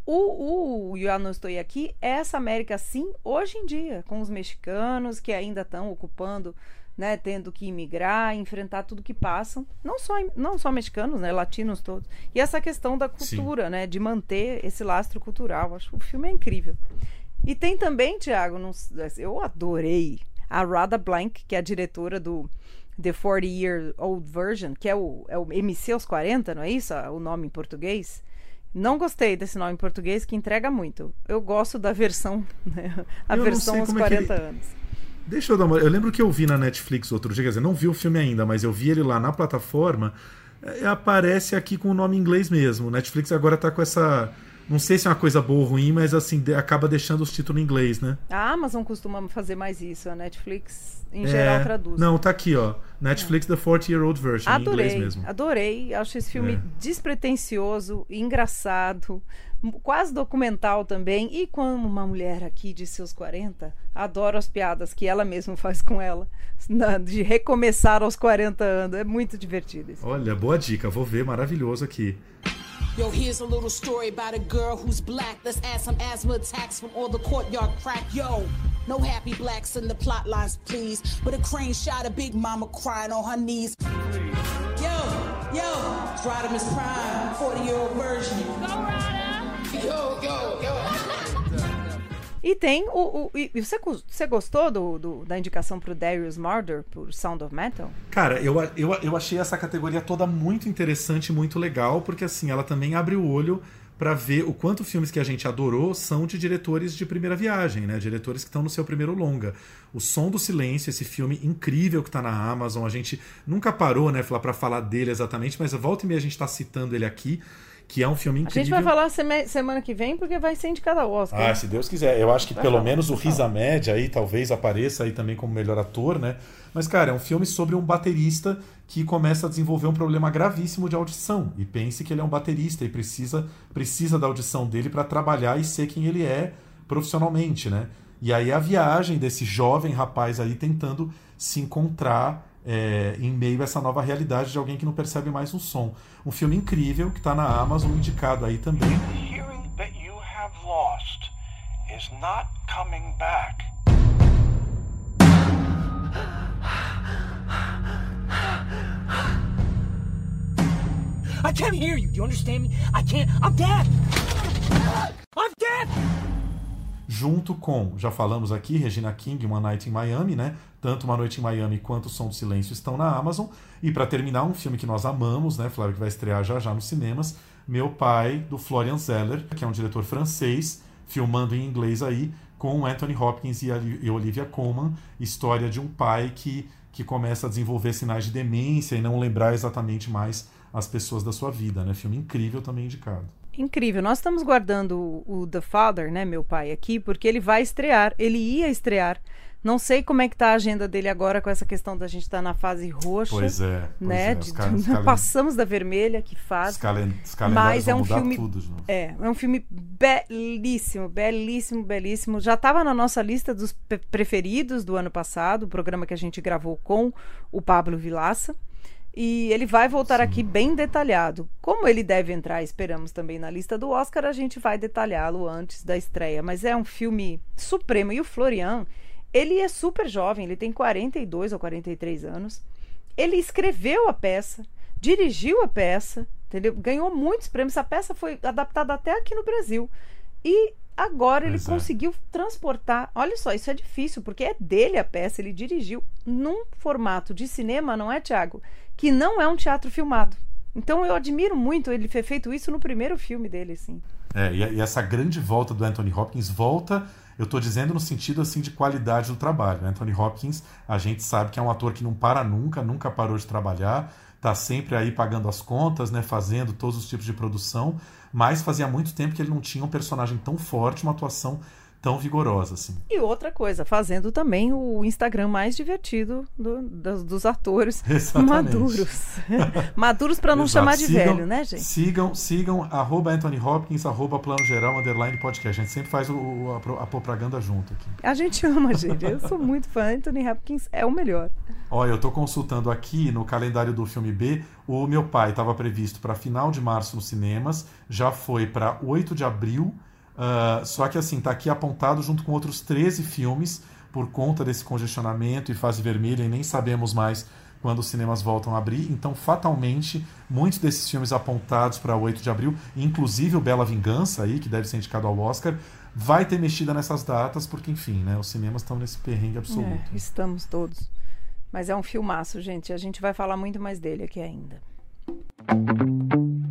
O, o Eu Não Estou Aqui é essa América, sim, hoje em dia, com os mexicanos que ainda estão ocupando, né, tendo que imigrar, enfrentar tudo que passam, não só, não só mexicanos, né, latinos todos. E essa questão da cultura, sim. né, de manter esse lastro cultural, acho que o filme é incrível. E tem também, Thiago, não, eu adorei a Radha Blank, que é a diretora do The forty year old Version, que é o, é o M C aos quarenta, não é isso? O nome em português. Não gostei desse nome em português, que entrega muito. Eu gosto da versão, né? A eu versão aos quarenta é ele... anos. Deixa eu dar uma... Eu lembro que eu vi na Netflix outro dia, quer dizer, não vi o filme ainda, mas eu vi ele lá na plataforma, é, aparece aqui com o nome em inglês mesmo. Netflix agora tá com essa... Não sei se é uma coisa boa ou ruim, mas assim, de, acaba deixando os títulos em inglês, né? A Amazon costuma fazer mais isso, a Netflix em é, geral traduz. Não, tá aqui, ó. Netflix é. The forty year old Version, adorei, em inglês mesmo. Adorei, acho esse filme é. despretensioso, engraçado, quase documental também. E como uma mulher aqui de seus quarenta, adoro as piadas que ela mesma faz com ela, de recomeçar aos quarenta anos. É muito divertido isso. Olha, boa dica, vou ver, maravilhoso aqui. Yo, here's a little story about a girl who's black. Let's add some asthma attacks from all the courtyard crack. Yo, no happy blacks in the plot lines, please. But a crane shot a big mama crying on her knees. Yo, yo, it's Rodimus Prime, forty year old version. Go, Rada! Yo, yo, yo. E tem o... o e você, você gostou do, do, da indicação pro Darius Marder, por Sound of Metal? Cara, eu, eu, eu achei essa categoria toda muito interessante, muito legal, porque assim, ela também abre o olho para ver o quanto filmes que a gente adorou são de diretores de primeira viagem, né? Diretores que estão no seu primeiro longa. O Som do Silêncio, esse filme incrível que tá na Amazon, a gente nunca parou, né, para falar dele exatamente, mas volta e meia a gente tá citando ele aqui, que é um filme incrível. A gente vai falar seme- semana que vem, porque vai ser indicado ao Oscar. Ah, se Deus quiser. Eu acho que vai pelo falar, menos o Riz Ahmed aí talvez apareça aí também como melhor ator, né? Mas, cara, é um filme sobre um baterista que começa a desenvolver um problema gravíssimo de audição. E pense que ele é um baterista e precisa, precisa da audição dele para trabalhar e ser quem ele é profissionalmente, né? E aí a viagem desse jovem rapaz aí tentando se encontrar É, em meio a essa nova realidade de alguém que não percebe mais um som. Um filme incrível que está na Amazon, indicado aí também. The hearing that you have lost is not coming back. I can't hear you. Do you understand me? I can't. I'm deaf. I'm deaf. Junto com, já falamos aqui, Regina King, One Night in Miami, né? Tanto Uma Noite em Miami quanto O Som do Silêncio estão na Amazon. E para terminar, um filme que nós amamos, né, Flávio, que vai estrear já já nos cinemas, Meu Pai, do Florian Zeller, que é um diretor francês, filmando em inglês aí, com Anthony Hopkins e, a, e Olivia Colman, história de um pai que, que começa a desenvolver sinais de demência e não lembrar exatamente mais as pessoas da sua vida, né? Filme incrível também indicado. Incrível. Nós estamos guardando o, o The Father, né, Meu Pai, aqui, porque ele vai estrear, ele ia estrear. Não sei como é que tá a agenda dele agora com essa questão da gente estar tá na fase roxa. Pois é. Pois né? é. De, calen... Passamos da vermelha, que faz. Os, calen... Os mas é um vão filme. Tudo de novo. É, é um filme belíssimo, belíssimo, belíssimo. Já estava na nossa lista dos pe- preferidos do ano passado, o programa que a gente gravou com o Pablo Vilaça. E ele vai voltar Sim. aqui bem detalhado. Como ele deve entrar, esperamos também na lista do Oscar, a gente vai detalhá-lo antes da estreia. Mas é um filme supremo. E o Florian, ele é super jovem, ele tem quarenta e dois ou quarenta e três anos. Ele escreveu a peça, dirigiu a peça, entendeu? Ganhou muitos prêmios. A peça foi adaptada até aqui no Brasil. E agora ele Exato. conseguiu transportar. Olha só, isso é difícil, porque é dele a peça, ele dirigiu num formato de cinema, não é, Thiago? Que não é um teatro filmado. Então eu admiro muito ele ter feito isso no primeiro filme dele, assim. É, e, e essa grande volta do Anthony Hopkins, volta, eu tô dizendo no sentido assim de qualidade do trabalho. Né? Anthony Hopkins, a gente sabe que é um ator que não para nunca, nunca parou de trabalhar, tá sempre aí pagando as contas, né, fazendo todos os tipos de produção, mas fazia muito tempo que ele não tinha um personagem tão forte, uma atuação tão vigorosa, assim. E outra coisa, fazendo também o Instagram mais divertido do, dos, dos atores Exatamente. maduros. Maduros para não Exato. chamar de sigam, velho, né, gente? Sigam, sigam, arroba Anthony Hopkins, arroba Plano Geral, underline podcast. A gente sempre faz o, a, a propaganda junto aqui. A gente ama, gente. Eu sou muito fã. Anthony Hopkins é o melhor. Olha, eu tô consultando aqui no calendário do filme B, o Meu Pai estava previsto para final de março nos cinemas, já foi para oito de abril, Uh, só que assim, tá aqui apontado junto com outros treze filmes por conta desse congestionamento e fase vermelha, e nem sabemos mais quando os cinemas voltam a abrir. Então, fatalmente, muitos desses filmes apontados para oito de abril, inclusive o Bela Vingança, aí, que deve ser indicado ao Oscar, vai ter mexida nessas datas, porque, enfim, né, os cinemas estão nesse perrengue absoluto. É, estamos todos. Mas é um filmaço, gente. A gente vai falar muito mais dele aqui ainda.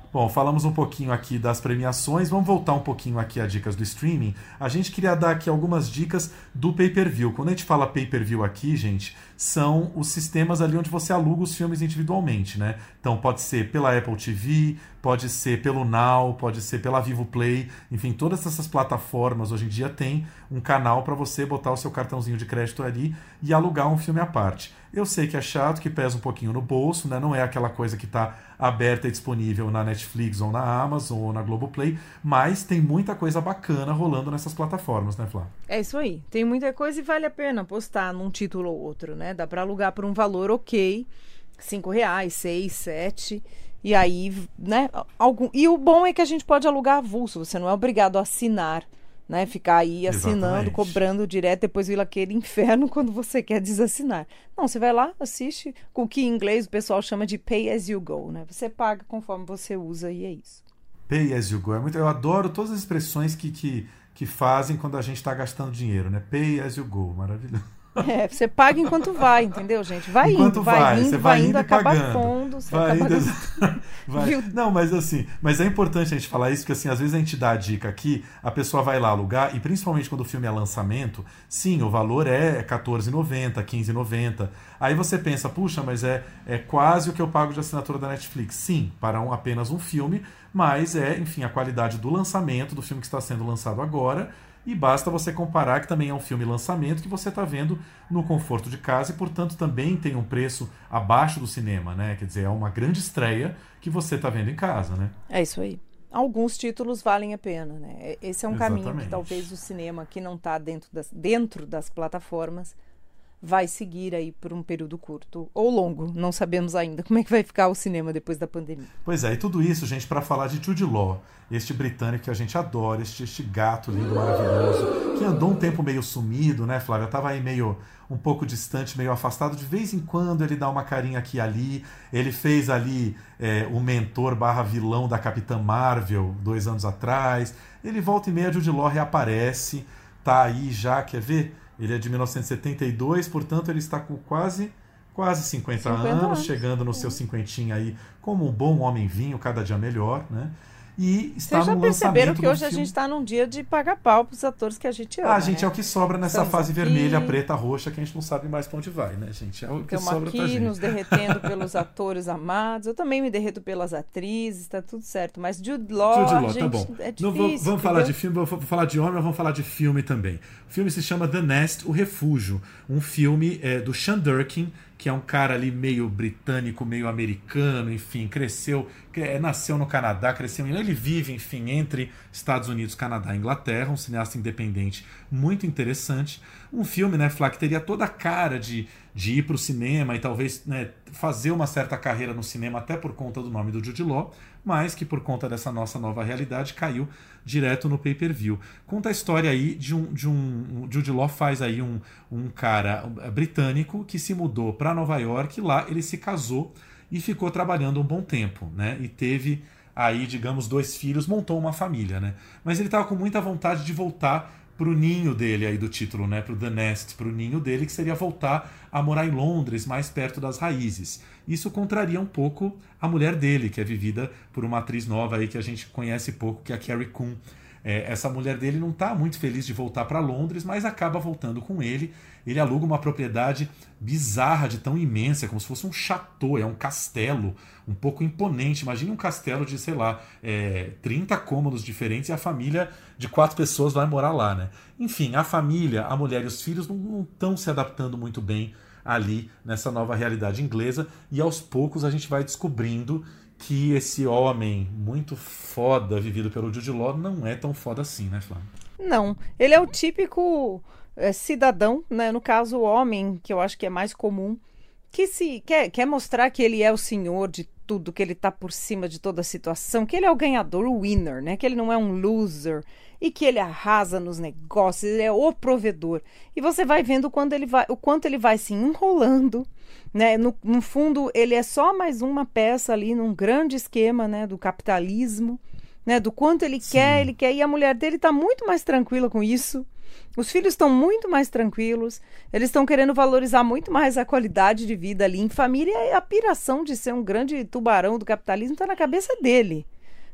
Bom, falamos um pouquinho aqui das premiações, vamos voltar um pouquinho aqui a dicas do streaming. A gente queria dar aqui algumas dicas do pay-per-view. Quando a gente fala pay-per-view aqui, gente, são os sistemas ali onde você aluga os filmes individualmente, né? Então pode ser pela Apple T V, pode ser pelo Now, pode ser pela Vivo Play, enfim, todas essas plataformas hoje em dia tem um canal para você botar o seu cartãozinho de crédito ali e alugar um filme à parte. Eu sei que é chato, que pesa um pouquinho no bolso, né? Não é aquela coisa que está aberta e disponível na Netflix ou na Amazon ou na Globoplay, mas tem muita coisa bacana rolando nessas plataformas, né, Flá? É isso aí. Tem muita coisa e vale a pena postar num título ou outro, né? Dá para alugar por um valor ok, cinco reais, seis, sete, e aí, né? Algum... E o bom é que a gente pode alugar avulso, você não é obrigado a assinar, né? Ficar aí assinando, exatamente, cobrando direto, depois vir aquele inferno quando você quer desassinar. Não, você vai lá, assiste, com o que em inglês o pessoal chama de pay as you go, né? Você paga conforme você usa e é isso. Pay as you go. É muito... Eu adoro todas as expressões que, que, que fazem quando a gente está gastando dinheiro, né? Pay as you go, maravilhoso. É, você paga enquanto vai, entendeu, gente? Vai enquanto indo, vai, vai indo, você vai vai indo, indo acaba pagando. fundo, você vai acaba... indo... vai. Não, mas assim, mas é importante a gente falar isso, porque assim, às vezes a gente dá a dica aqui, a pessoa vai lá alugar, e principalmente quando o filme é lançamento, sim, o valor é quatorze reais e noventa centavos, quinze reais e noventa centavos. Aí você pensa, puxa, mas é, é quase o que eu pago de assinatura da Netflix. Sim, para um, apenas um filme, mas é, enfim, a qualidade do lançamento, do filme que está sendo lançado agora. E basta você comparar que também é um filme lançamento que você está vendo no conforto de casa e, portanto, também tem um preço abaixo do cinema, né? Quer dizer, é uma grande estreia que você está vendo em casa, né? É isso aí. Alguns títulos valem a pena, né? Esse é um Exatamente. caminho que talvez o cinema que não está dentro das, dentro das plataformas vai seguir aí por um período curto ou longo. Não sabemos ainda como é que vai ficar o cinema depois da pandemia. Pois é, e tudo isso, gente, para falar de Jude Law, este britânico que a gente adora, este, este gato lindo, maravilhoso, que andou um tempo meio sumido, né, Flávia? Tava aí meio um pouco distante, meio afastado. De vez em quando ele dá uma carinha aqui e ali. Ele fez ali é, o mentor barra vilão da Capitã Marvel dois anos atrás. Ele volta e meia, Jude Law reaparece, tá aí já, quer ver? Ele é de mil novecentos e setenta e dois, portanto ele está com quase, quase cinquenta, cinquenta anos, anos, chegando no seu cinquentinho aí, como um bom homem vinho, cada dia melhor, né? E está Vocês já no perceberam que hoje filme. A gente está num dia de pagar pau para os atores que a gente ama, Ah, gente, né? é o que sobra nessa Estamos fase aqui... vermelha, preta, roxa, que a gente não sabe mais para onde vai, né, gente? É o que Estamos sobra aqui pra gente. nos derretendo pelos atores amados. Eu também me derreto pelas atrizes, tá tudo certo. Mas Jude Law, Jude Law, gente, tá bom. é Não, difícil. vamos vamos falar de filme, vamos falar de homem, mas vamos falar de filme também. O filme se chama The Nest, O Refúgio. Um filme é, do Sean Durkin, que é um cara ali meio britânico, meio americano, enfim, cresceu, nasceu no Canadá, cresceu em... Ele vive, enfim, entre Estados Unidos, Canadá e Inglaterra, um cineasta independente muito interessante. Um filme, né, Flá, que teria toda a cara de, de ir para o cinema e talvez, né, fazer uma certa carreira no cinema, até por conta do nome do Jude Law, mas que por conta dessa nossa nova realidade caiu direto no pay-per-view. Conta a história aí de um... De um Jude Law faz aí um, um cara britânico que se mudou para Nova York, e lá ele se casou e ficou trabalhando um bom tempo, né? E teve aí, digamos, dois filhos, montou uma família, né? Mas ele estava com muita vontade de voltar pro ninho dele aí do título, né? Pro The Nest, pro ninho dele, que seria voltar a morar em Londres, mais perto das raízes. Isso contraria um pouco a mulher dele, que é vivida por uma atriz nova aí que a gente conhece pouco, que é a Carrie Coon. É, essa mulher dele não está muito feliz de voltar para Londres, mas acaba voltando com ele. Ele aluga uma propriedade bizarra, de tão imensa, como se fosse um chateau, é um castelo, um pouco imponente. Imagine um castelo de, sei lá, é, trinta cômodos diferentes, e a família de quatro pessoas vai morar lá, né? Enfim, a família, a mulher e os filhos não estão se adaptando muito bem ali nessa nova realidade inglesa, e aos poucos a gente vai descobrindo que esse homem muito foda vivido pelo Jude Law não é tão foda assim, né, Flávia? Não, ele é o típico é, cidadão, né? No caso, o homem, que eu acho que é mais comum, que se quer, quer mostrar que ele é o senhor de tudo, que ele tá por cima de toda a situação, que ele é o ganhador, o winner, né? Que ele não é um loser e que ele arrasa nos negócios, ele é o provedor. E você vai vendo quando ele vai, o quanto ele vai se enrolando, né? No, no fundo, ele é só mais uma peça ali num grande esquema, né, do capitalismo, né, do quanto ele Sim. quer, ele quer, e a mulher dele está muito mais tranquila com isso. Os filhos estão muito mais tranquilos, eles estão querendo valorizar muito mais a qualidade de vida ali em família, e a piração de ser um grande tubarão do capitalismo está na cabeça dele.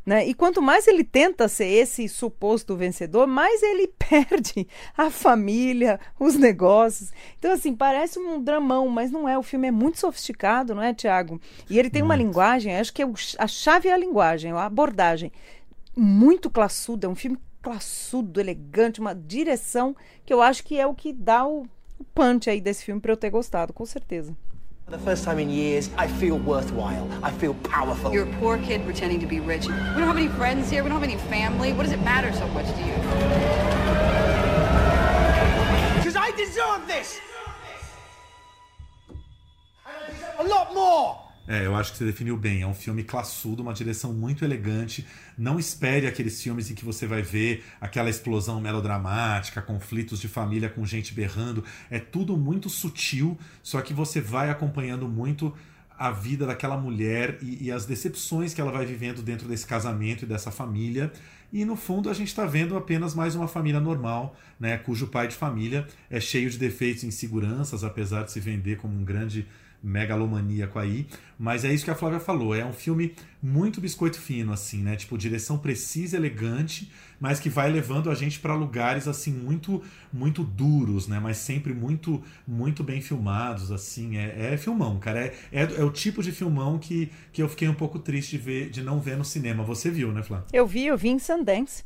Né? E quanto mais ele tenta ser esse suposto vencedor, mais ele perde a família, os negócios. Então, assim, parece um dramão, mas não é. O filme é muito sofisticado, não é, Thiago? E ele tem uma muito. linguagem, acho que é o, a chave é a linguagem, a abordagem. Muito classuda, é um filme classudo, elegante, uma direção que eu acho que é o que dá o, o punch aí desse filme para eu ter gostado, com certeza. For the first time in years, I feel worthwhile. I feel powerful. You're a poor kid pretending to be rich. We don't have any friends here. We don't have any family. What does it matter so much to you? Because I deserve this! And I deserve a lot more! É, eu acho que você definiu bem. É um filme classudo, uma direção muito elegante. Não espere aqueles filmes em que você vai ver aquela explosão melodramática, conflitos de família com gente berrando. É tudo muito sutil, só que você vai acompanhando muito a vida daquela mulher e, e as decepções que ela vai vivendo dentro desse casamento e dessa família. E no fundo a gente está vendo apenas mais uma família normal, né, cujo pai de família é cheio de defeitos e inseguranças, apesar de se vender como um grande megalomaníaco aí, mas é isso que a Flávia falou, é um filme muito biscoito fino, assim, né, tipo, direção precisa, elegante, mas que vai levando a gente para lugares, assim, muito muito duros, né, mas sempre muito muito bem filmados, assim, é, é filmão, cara, é, é, é o tipo de filmão que, que eu fiquei um pouco triste de, ver, de não ver no cinema. Você viu, né, Flávia? Eu vi, eu vi em Sundance.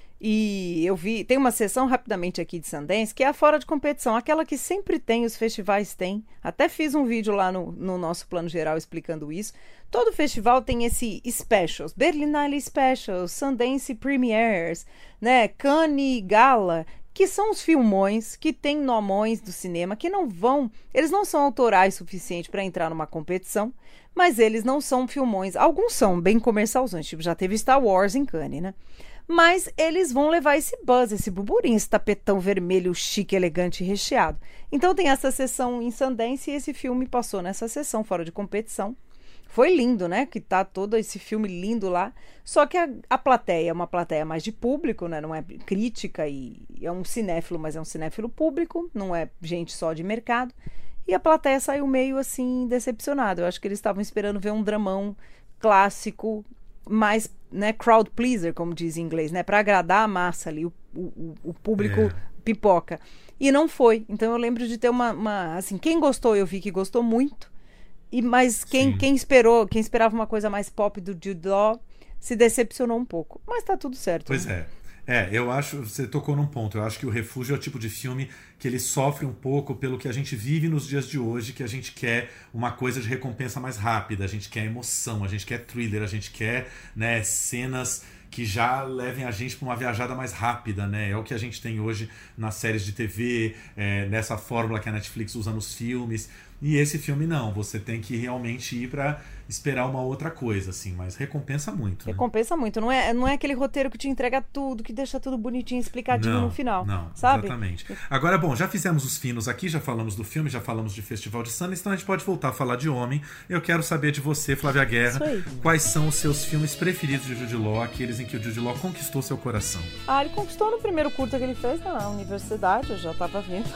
E eu vi, tem uma sessão rapidamente aqui de Sundance, que é a fora de competição, aquela que sempre tem, os festivais têm. Até fiz um vídeo lá no, no nosso plano geral explicando isso. Todo festival tem esse specials, Berlinale Specials, Sundance Premieres, né, Cannes Gala, que são os filmões que tem nomões do cinema, que não vão, eles não são autorais suficiente para entrar numa competição, mas eles não são filmões, alguns são bem comercialzões, tipo, já teve Star Wars em Cannes, né? Mas eles vão levar esse buzz, esse burburinho, esse tapetão vermelho chique, elegante e recheado. Então tem essa sessão em Sundance e esse filme passou nessa sessão fora de competição. Foi lindo, né? Que tá todo esse filme lindo lá. Só que a, a plateia é uma plateia mais de público, né? Não é crítica e é um cinéfilo, mas é um cinéfilo público, não é gente só de mercado. E a plateia saiu meio assim decepcionada. Eu acho que eles estavam esperando ver um dramão clássico, mais, né, crowd pleaser, como diz em inglês, né, para agradar a massa ali, o, o, o público é. pipoca. E não foi. Então eu lembro de ter uma, uma, assim, quem gostou, eu vi que gostou muito, e mas quem, quem esperou, quem esperava uma coisa mais pop do Jude Law, se decepcionou um pouco. Mas tá tudo certo. Pois né? é. É, eu acho, você tocou num ponto, eu acho que o Refúgio é o tipo de filme que ele sofre um pouco pelo que a gente vive nos dias de hoje, que a gente quer uma coisa de recompensa mais rápida, a gente quer emoção, a gente quer thriller, a gente quer, né, cenas que já levem a gente para uma viajada mais rápida, né? É o que a gente tem hoje nas séries de T V, é, nessa fórmula que a Netflix usa nos filmes. E esse filme não, você tem que realmente ir para esperar uma outra coisa, assim, mas recompensa muito. Né? Recompensa muito, não é, não é aquele roteiro que te entrega tudo, que deixa tudo bonitinho, explicadinho não, no final, não, sabe? Exatamente. Agora, bom, já fizemos os finos aqui, já falamos do filme, já falamos de Festival de Sundance, então a gente pode voltar a falar de homem. Eu quero saber de você, Flávia Guerra, quais são os seus filmes preferidos de Jude Law, aqueles em que o Jude Law conquistou seu coração. Ah, ele conquistou no primeiro curta que ele fez na universidade, eu já tava vendo.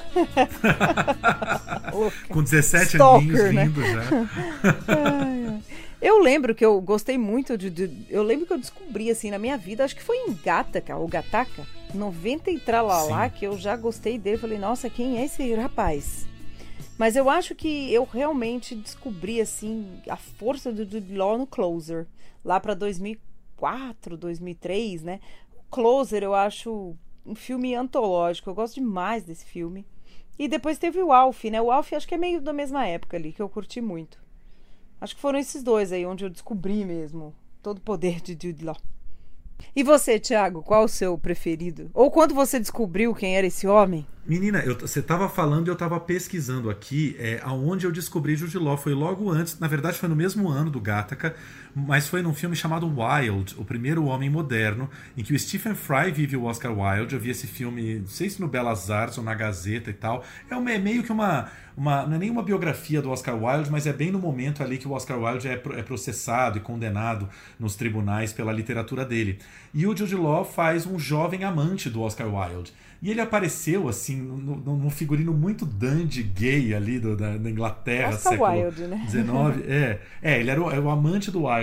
Com dezessete Stalker, aninhos, né? lindo já. Eu lembro que eu gostei muito de, de... Eu lembro que eu descobri, assim, na minha vida, acho que foi em Gattaca, ou Gattaca, noventa e tralalá, que eu já gostei dele. Falei, nossa, quem é esse rapaz? Mas eu acho que eu realmente descobri, assim, a força do Jude Law no Closer, lá pra dois mil e quatro, dois mil e três, né? O Closer eu acho um filme antológico, eu gosto demais desse filme. E depois teve o Alf, né? O Alf acho que é meio da mesma época ali, que eu curti muito. Acho que foram esses dois aí, onde eu descobri mesmo todo o poder de Jude Law. E você, Thiago, qual o seu preferido? Ou quando você descobriu quem era esse homem? Menina, eu, você estava falando e eu estava pesquisando aqui é, aonde eu descobri Jude Law. Foi logo antes, na verdade foi no mesmo ano do Gattaca, mas foi num filme chamado Wild, O Primeiro Homem Moderno, em que o Stephen Fry vive o Oscar Wilde. Eu vi esse filme, não sei se no Belas Artes ou na Gazeta e tal. É, uma, é meio que uma, uma... Não é nem uma biografia do Oscar Wilde, mas é bem no momento ali que o Oscar Wilde é, é processado e condenado nos tribunais pela literatura dele. E o Jude Law faz um jovem amante do Oscar Wilde. E ele apareceu, assim, num figurino muito dandy gay ali do, da, da Inglaterra, Oscar século Wilde, né? dezenove. É, é, ele era o, era o amante do Wilde.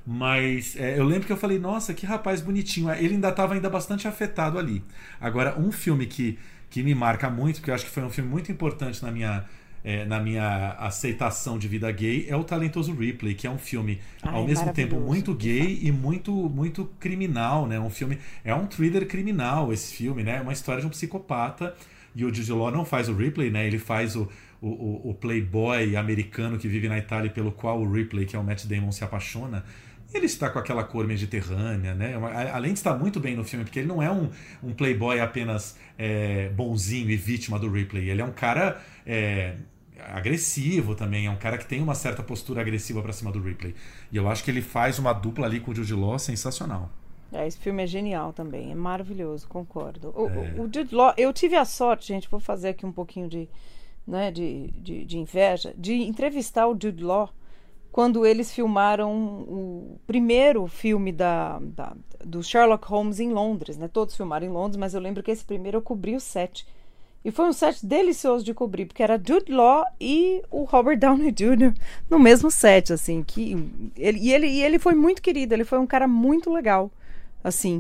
Mas é, eu lembro que eu falei, nossa, que rapaz bonitinho. Ele ainda estava ainda bastante afetado ali. Agora, um filme que, que me marca muito, porque eu acho que foi um filme muito importante na minha, é, na minha aceitação de vida gay, é o Talentoso Ripley, que é um filme, Ai, ao mesmo tempo, muito gay e muito, muito criminal, né? Um filme, é um thriller criminal esse filme, né? É uma história de um psicopata. E o Jude Law não faz o Ripley, né? Ele faz o, o, o playboy americano que vive na Itália, pelo qual o Ripley, que é o Matt Damon, se apaixona. Ele está com aquela cor mediterrânea, né? Além de estar muito bem no filme, porque ele não é um, um playboy apenas é, bonzinho e vítima do Ripley. Ele é um cara é, agressivo também, é um cara que tem uma certa postura agressiva para cima do Ripley. E eu acho que ele faz uma dupla ali com o Jude Law sensacional. É, esse filme é genial também, é maravilhoso, concordo. O, é. o Jude Law, eu tive a sorte, gente, vou fazer aqui um pouquinho de, né, de, de, de inveja, de entrevistar o Jude Law quando eles filmaram o primeiro filme da, da, do Sherlock Holmes em Londres, né? Todos filmaram em Londres, mas eu lembro que esse primeiro eu cobri o set. E foi um set delicioso de cobrir, porque era Jude Law e o Robert Downey Júnior no mesmo set, assim. Que ele, e, ele, e ele foi muito querido, ele foi um cara muito legal, assim.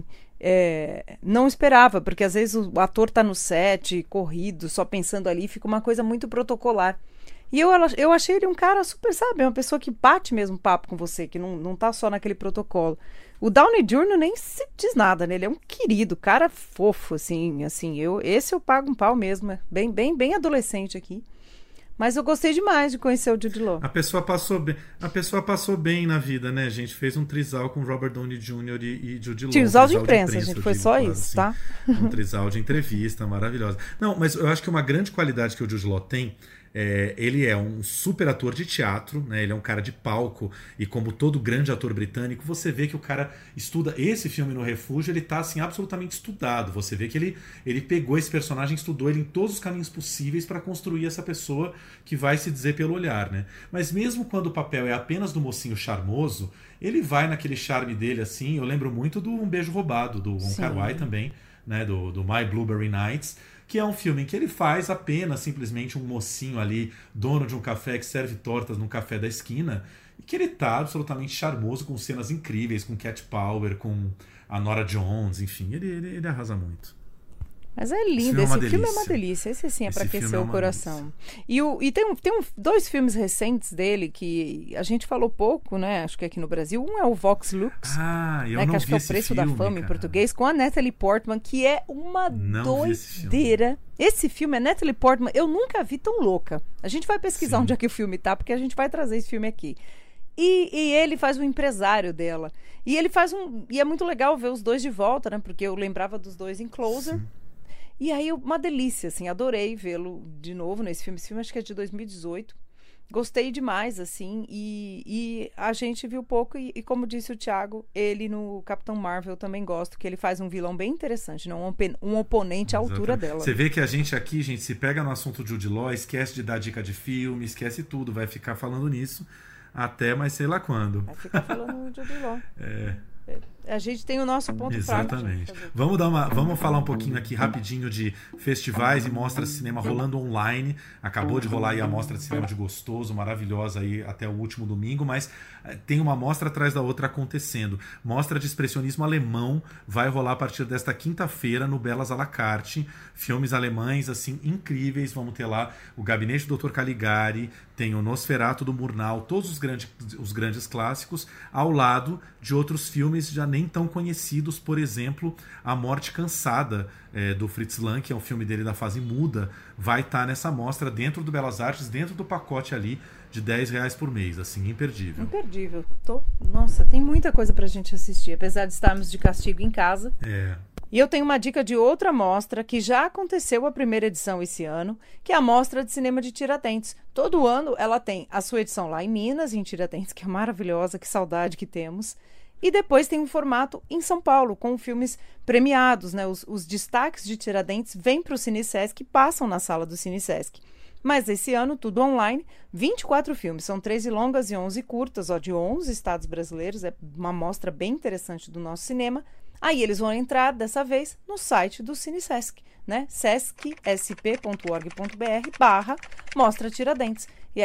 É, não esperava, porque às vezes o ator tá no set, corrido, só pensando ali, fica uma coisa muito protocolar. E eu, eu achei ele um cara super, sabe, uma pessoa que bate mesmo papo com você, que não, não tá só naquele protocolo. O Downey Júnior nem se diz nada, né? Ele é um querido, cara fofo, assim, assim, eu, esse eu pago um pau mesmo, é bem, bem, bem adolescente aqui. Mas eu gostei demais de conhecer o Jude Law. A pessoa passou bem, a pessoa passou bem na vida, né, gente? Fez um trisal com Robert Downey Júnior e, e Jude Law. Trisal um de imprensa, de imprensa gente, foi digo, só claro, isso, assim, tá? Um trisal de entrevista maravilhosa. Não, mas eu acho que uma grande qualidade que o Jude Law tem, é, ele é um super ator de teatro, né? Ele é um cara de palco, e como todo grande ator britânico, você vê que o cara estuda esse filme no Refúgio, ele tá assim absolutamente estudado. Você vê que ele, ele pegou esse personagem, estudou ele em todos os caminhos possíveis para construir essa pessoa que vai se dizer pelo olhar, né? Mas mesmo quando o papel é apenas do mocinho charmoso, ele vai naquele charme dele assim. Eu lembro muito do Um Beijo Roubado, do Wong Kar-wai também, né? Do, do My Blueberry Nights, que é um filme em que ele faz apenas simplesmente um mocinho ali, dono de um café que serve tortas num café da esquina, e que ele tá absolutamente charmoso, com cenas incríveis, com Cat Power, com a Nora Jones, enfim, ele, ele, ele arrasa muito. Mas é lindo, esse, esse filme é uma delícia, esse sim é para aquecer é o coração. E, o, e tem, tem um, dois filmes recentes dele que a gente falou pouco, né? Acho que aqui no Brasil. Um é o Vox Lux, ah, eu né, não que acho vi que é o esse Preço filme, da Fama cara. em português, com a Natalie Portman, que é uma não doideira. Esse filme. esse filme, a Natalie Portman, eu nunca vi tão louca. A gente vai pesquisar sim. onde é que o filme tá, porque a gente vai trazer esse filme aqui. E, e ele faz o empresário dela. E ele faz um. E é muito legal ver os dois de volta, né? Porque eu lembrava dos dois em Closer. Sim. E aí, uma delícia, assim, adorei vê-lo de novo nesse filme. Esse filme acho que é de dois mil e dezoito. Gostei demais, assim, e, e a gente viu pouco, e, e como disse o Thiago, ele no Capitão Marvel também gosto, que ele faz um vilão bem interessante, não? Um, um oponente à Exatamente. altura dela. Você vê que a gente aqui, gente, se pega no assunto de Jude Law, esquece de dar dica de filme, esquece tudo, vai ficar falando nisso até mais sei lá quando. Vai ficar falando de Jude Law. É... A gente tem o nosso ponto Exatamente. fraco. Vamos dar uma, vamos falar um pouquinho aqui rapidinho de festivais e mostras de cinema rolando online. Acabou de rolar aí a mostra de cinema de Gostoso, maravilhosa aí até o último domingo, mas tem uma mostra atrás da outra acontecendo. Mostra de expressionismo alemão vai rolar a partir desta quinta-feira no Belas à la carte. Filmes alemães assim incríveis. Vamos ter lá o Gabinete do doutor Caligari, tem o Nosferatu do Murnau, todos os grandes, os grandes clássicos, ao lado de outros filmes já nem tão conhecidos, por exemplo, A Morte Cansada, é, do Fritz Lang, que é um filme dele da fase muda, vai estar nessa mostra dentro do Belas Artes, dentro do pacote ali de dez reais por mês, assim, imperdível. Imperdível. Tô... Nossa, tem muita coisa pra gente assistir, apesar de estarmos de castigo em casa. É... E eu tenho uma dica de outra mostra que já aconteceu a primeira edição esse ano, que é a Mostra de Cinema de Tiradentes. Todo ano ela tem a sua edição lá em Minas, em Tiradentes, que é maravilhosa, que saudade que temos. E depois tem um formato em São Paulo, com filmes premiados, né? Os, os destaques de Tiradentes vêm para o CineSesc e passam na sala do CineSesc. Mas esse ano, tudo online, vinte e quatro filmes, são treze longas e onze curtas, ó, de onze estados brasileiros, é uma mostra bem interessante do nosso cinema. Aí eles vão entrar, dessa vez, no site do CineSesc, né? sesc s p ponto org ponto b r barra Mostra Tiradentes. E aí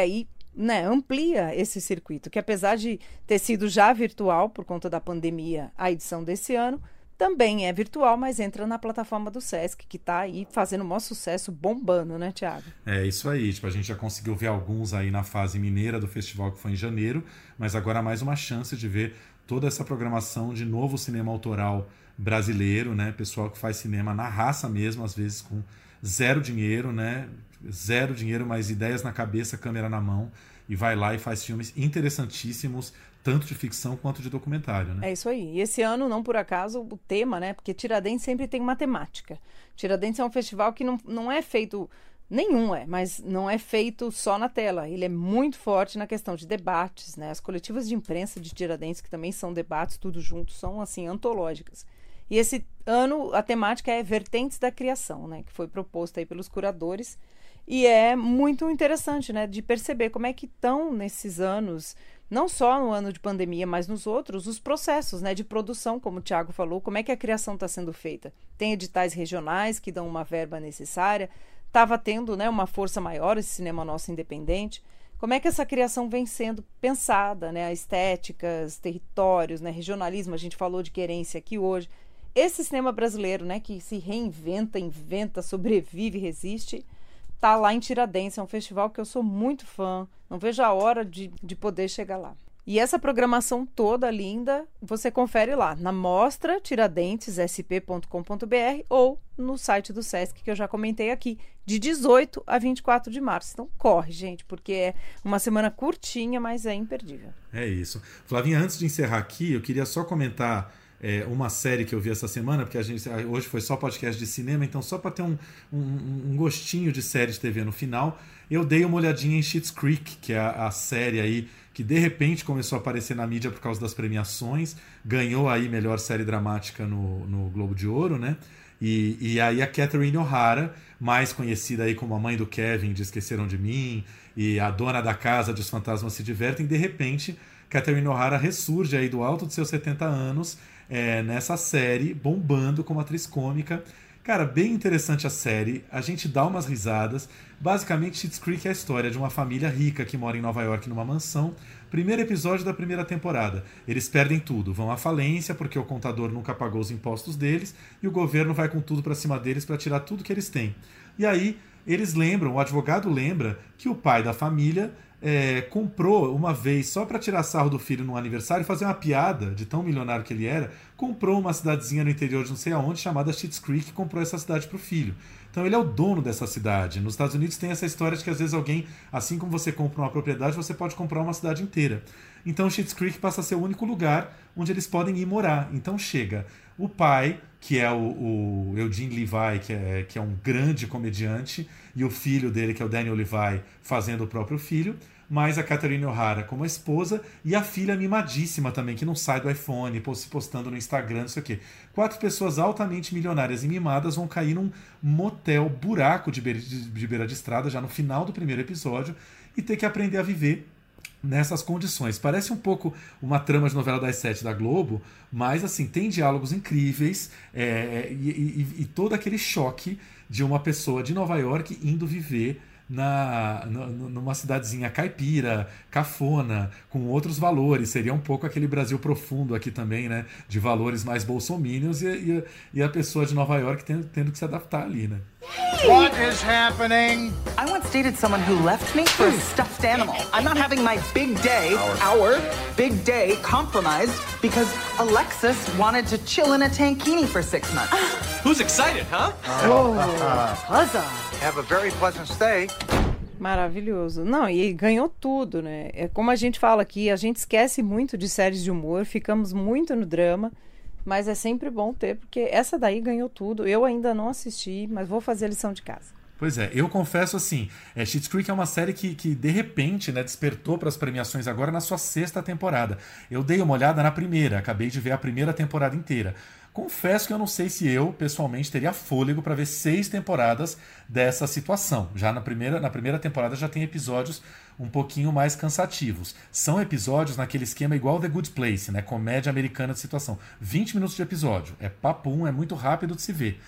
né, amplia esse circuito, que apesar de ter sido já virtual por conta da pandemia, a edição desse ano, também é virtual, mas entra na plataforma do Sesc, que está aí fazendo o maior sucesso, bombando, né, Thiago? É isso aí, tipo, a gente já conseguiu ver alguns aí na fase mineira do festival, que foi em janeiro, mas agora mais uma chance de ver toda essa programação de novo cinema autoral brasileiro, né, pessoal que faz cinema na raça mesmo, às vezes com zero dinheiro, né, zero dinheiro, mas ideias na cabeça, câmera na mão, e vai lá e faz filmes interessantíssimos, tanto de ficção quanto de documentário, né? É isso aí. E esse ano, não por acaso, o tema, né? Porque Tiradentes sempre tem uma temática. Tiradentes é um festival que não, não é feito... Nenhum é, mas não é feito só na tela. Ele é muito forte na questão de debates, né? As coletivas de imprensa de Tiradentes, que também são debates, tudo junto, são, assim, antológicas. E esse ano, a temática é Vertentes da Criação, né? Que foi proposta aí pelos curadores. E é muito interessante, né? De perceber como é que estão nesses anos... Não só no ano de pandemia, mas nos outros, os processos, né, de produção, como o Thiago falou, como é que a criação está sendo feita. Tem editais regionais que dão uma verba necessária, estava tendo, né, uma força maior esse cinema nosso independente. Como é que essa criação vem sendo pensada, né, estéticas, territórios, né, regionalismo, a gente falou de querência aqui hoje. Esse cinema brasileiro, né, que se reinventa, inventa, sobrevive, resiste... Tá lá em Tiradentes, é um festival que eu sou muito fã, não vejo a hora de, de poder chegar lá. E essa programação toda linda, você confere lá, na mostra tiradentes s p ponto com ponto b r ou no site do Sesc, que eu já comentei aqui, de dezoito a vinte e quatro de março. Então corre, gente, porque é uma semana curtinha, mas é imperdível. É isso. Flavinha, antes de encerrar aqui, eu queria só comentar... É, uma série que eu vi essa semana, porque a gente, hoje foi só podcast de cinema, então só para ter um, um, um gostinho de série de T V no final, eu dei uma olhadinha em Schitt's Creek, que é a, a série aí que de repente começou a aparecer na mídia por causa das premiações, ganhou aí melhor série dramática no, no Globo de Ouro, né? E, e aí a Catherine O'Hara, mais conhecida aí como a mãe do Kevin de Esqueceram de Mim, e a dona da casa de Os Fantasmas Se Divertem, de repente Catherine O'Hara ressurge aí do alto de seus setenta anos, É, nessa série, bombando como atriz cômica. Cara, bem interessante a série, a gente dá umas risadas. Basicamente, Schitt's Creek é a história de uma família rica que mora em Nova York numa mansão. Primeiro episódio da primeira temporada. Eles perdem tudo, vão à falência porque o contador nunca pagou os impostos deles e o governo vai com tudo pra cima deles pra tirar tudo que eles têm. E aí, eles lembram, o advogado lembra que o pai da família... É, comprou uma vez, só para tirar sarro do filho no aniversário e fazer uma piada de tão milionário que ele era, comprou uma cidadezinha no interior de não sei aonde, chamada Schitt's Creek, e comprou essa cidade pro filho. Então ele é o dono dessa cidade. Nos Estados Unidos tem essa história de que às vezes alguém, assim como você compra uma propriedade, você pode comprar uma cidade inteira. Então Schitt's Creek passa a ser o único lugar onde eles podem ir morar. Então chega o pai, que é o, o Eugene Levy, que é, que é um grande comediante, e o filho dele, que é o Daniel Levy, fazendo o próprio filho, mais a Catherine O'Hara como a esposa, e a filha mimadíssima também, que não sai do iPhone, se postando no Instagram, não sei o quê. Quatro pessoas altamente milionárias e mimadas vão cair num motel buraco de beira de, de, beira de estrada, já no final do primeiro episódio, e ter que aprender a viver nessas condições. Parece um pouco uma trama de novela das sete da Globo, mas assim, tem diálogos incríveis, é, e, e, e todo aquele choque de uma pessoa de Nova York indo viver na, numa cidadezinha caipira, cafona, com outros valores. Seria um pouco aquele Brasil profundo aqui também, né? De valores mais bolsominions, e, e, e a pessoa de Nova York tendo, tendo que se adaptar ali, né? What is happening? I once dated someone who left me for a stuffed animal. I'm not having my big day, our, our big day, compromised because Alexis wanted to chill in a tankini for six months. Who's excited, huh? Oh, huzzah! Have a very pleasant stay. Maravilhoso. Não, e ganhou tudo, né? É como a gente fala aqui, a gente esquece muito de séries de humor, ficamos muito no drama, mas é sempre bom ter, porque essa daí ganhou tudo. Eu ainda não assisti, mas vou fazer a lição de casa. Pois é, eu confesso assim, é, Schitt's Creek é uma série que, que de repente, né, despertou para as premiações agora na sua sexta temporada. Eu dei uma olhada na primeira, acabei de ver a primeira temporada inteira. Confesso que eu não sei se eu, pessoalmente, teria fôlego para ver seis temporadas dessa situação. Já na primeira, na primeira temporada já tem episódios um pouquinho mais cansativos. São episódios naquele esquema igual The Good Place, né? Comédia americana de situação. vinte minutos de episódio. É papum, é muito rápido de se ver.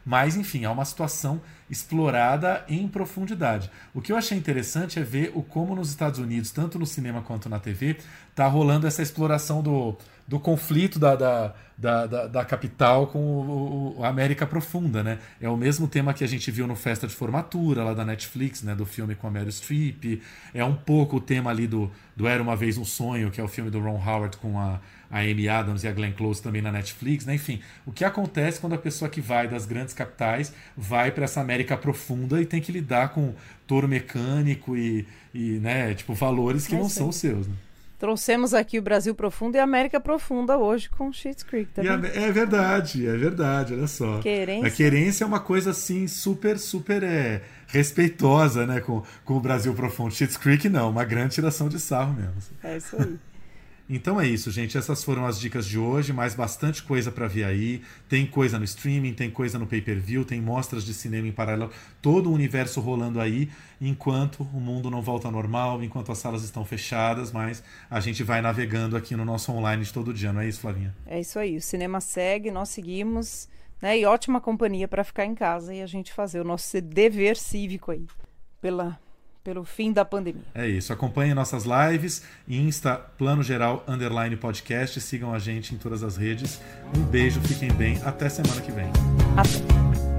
Mas, enfim, é uma situação explorada em profundidade. O que eu achei interessante é ver o como nos Estados Unidos, tanto no cinema quanto na T V, tá rolando essa exploração do, do conflito da, da, da, da, da capital com o, o, a América Profunda, né? É o mesmo tema que a gente viu no Festa de Formatura, lá da Netflix, né? Do filme com a Meryl Streep. É um pouco o tema ali do, do Era Uma Vez um Sonho, que é o filme do Ron Howard com a, a Amy Adams e a Glenn Close também na Netflix, né? Enfim, o que acontece quando a pessoa que vai das grandes capitais vai para essa América Profunda e tem que lidar com touro mecânico e, e né, tipo, valores que é não são os seus, né? Trouxemos aqui o Brasil Profundo e a América Profunda hoje com Schitt's Creek, tá vendo? É verdade, é verdade, olha só. Querência. A querência é uma coisa assim super, super é, respeitosa, né, com, com o Brasil Profundo. Schitt's Creek não, uma grande tiração de sarro mesmo. É isso aí. Então é isso, gente. Essas foram as dicas de hoje, mais bastante coisa para ver aí. Tem coisa no streaming, tem coisa no pay-per-view, tem mostras de cinema em paralelo, todo o universo rolando aí, enquanto o mundo não volta ao normal, enquanto as salas estão fechadas, mas a gente vai navegando aqui no nosso online de todo dia, não é isso, Flavinha? É isso aí, o cinema segue, nós seguimos, né? E ótima companhia para ficar em casa e a gente fazer o nosso dever cívico aí, pela... pelo fim da pandemia. É isso. Acompanhem nossas lives, Insta, Plano Geral, underline podcast. Sigam a gente em todas as redes. Um beijo, fiquem bem. Até semana que vem. Até.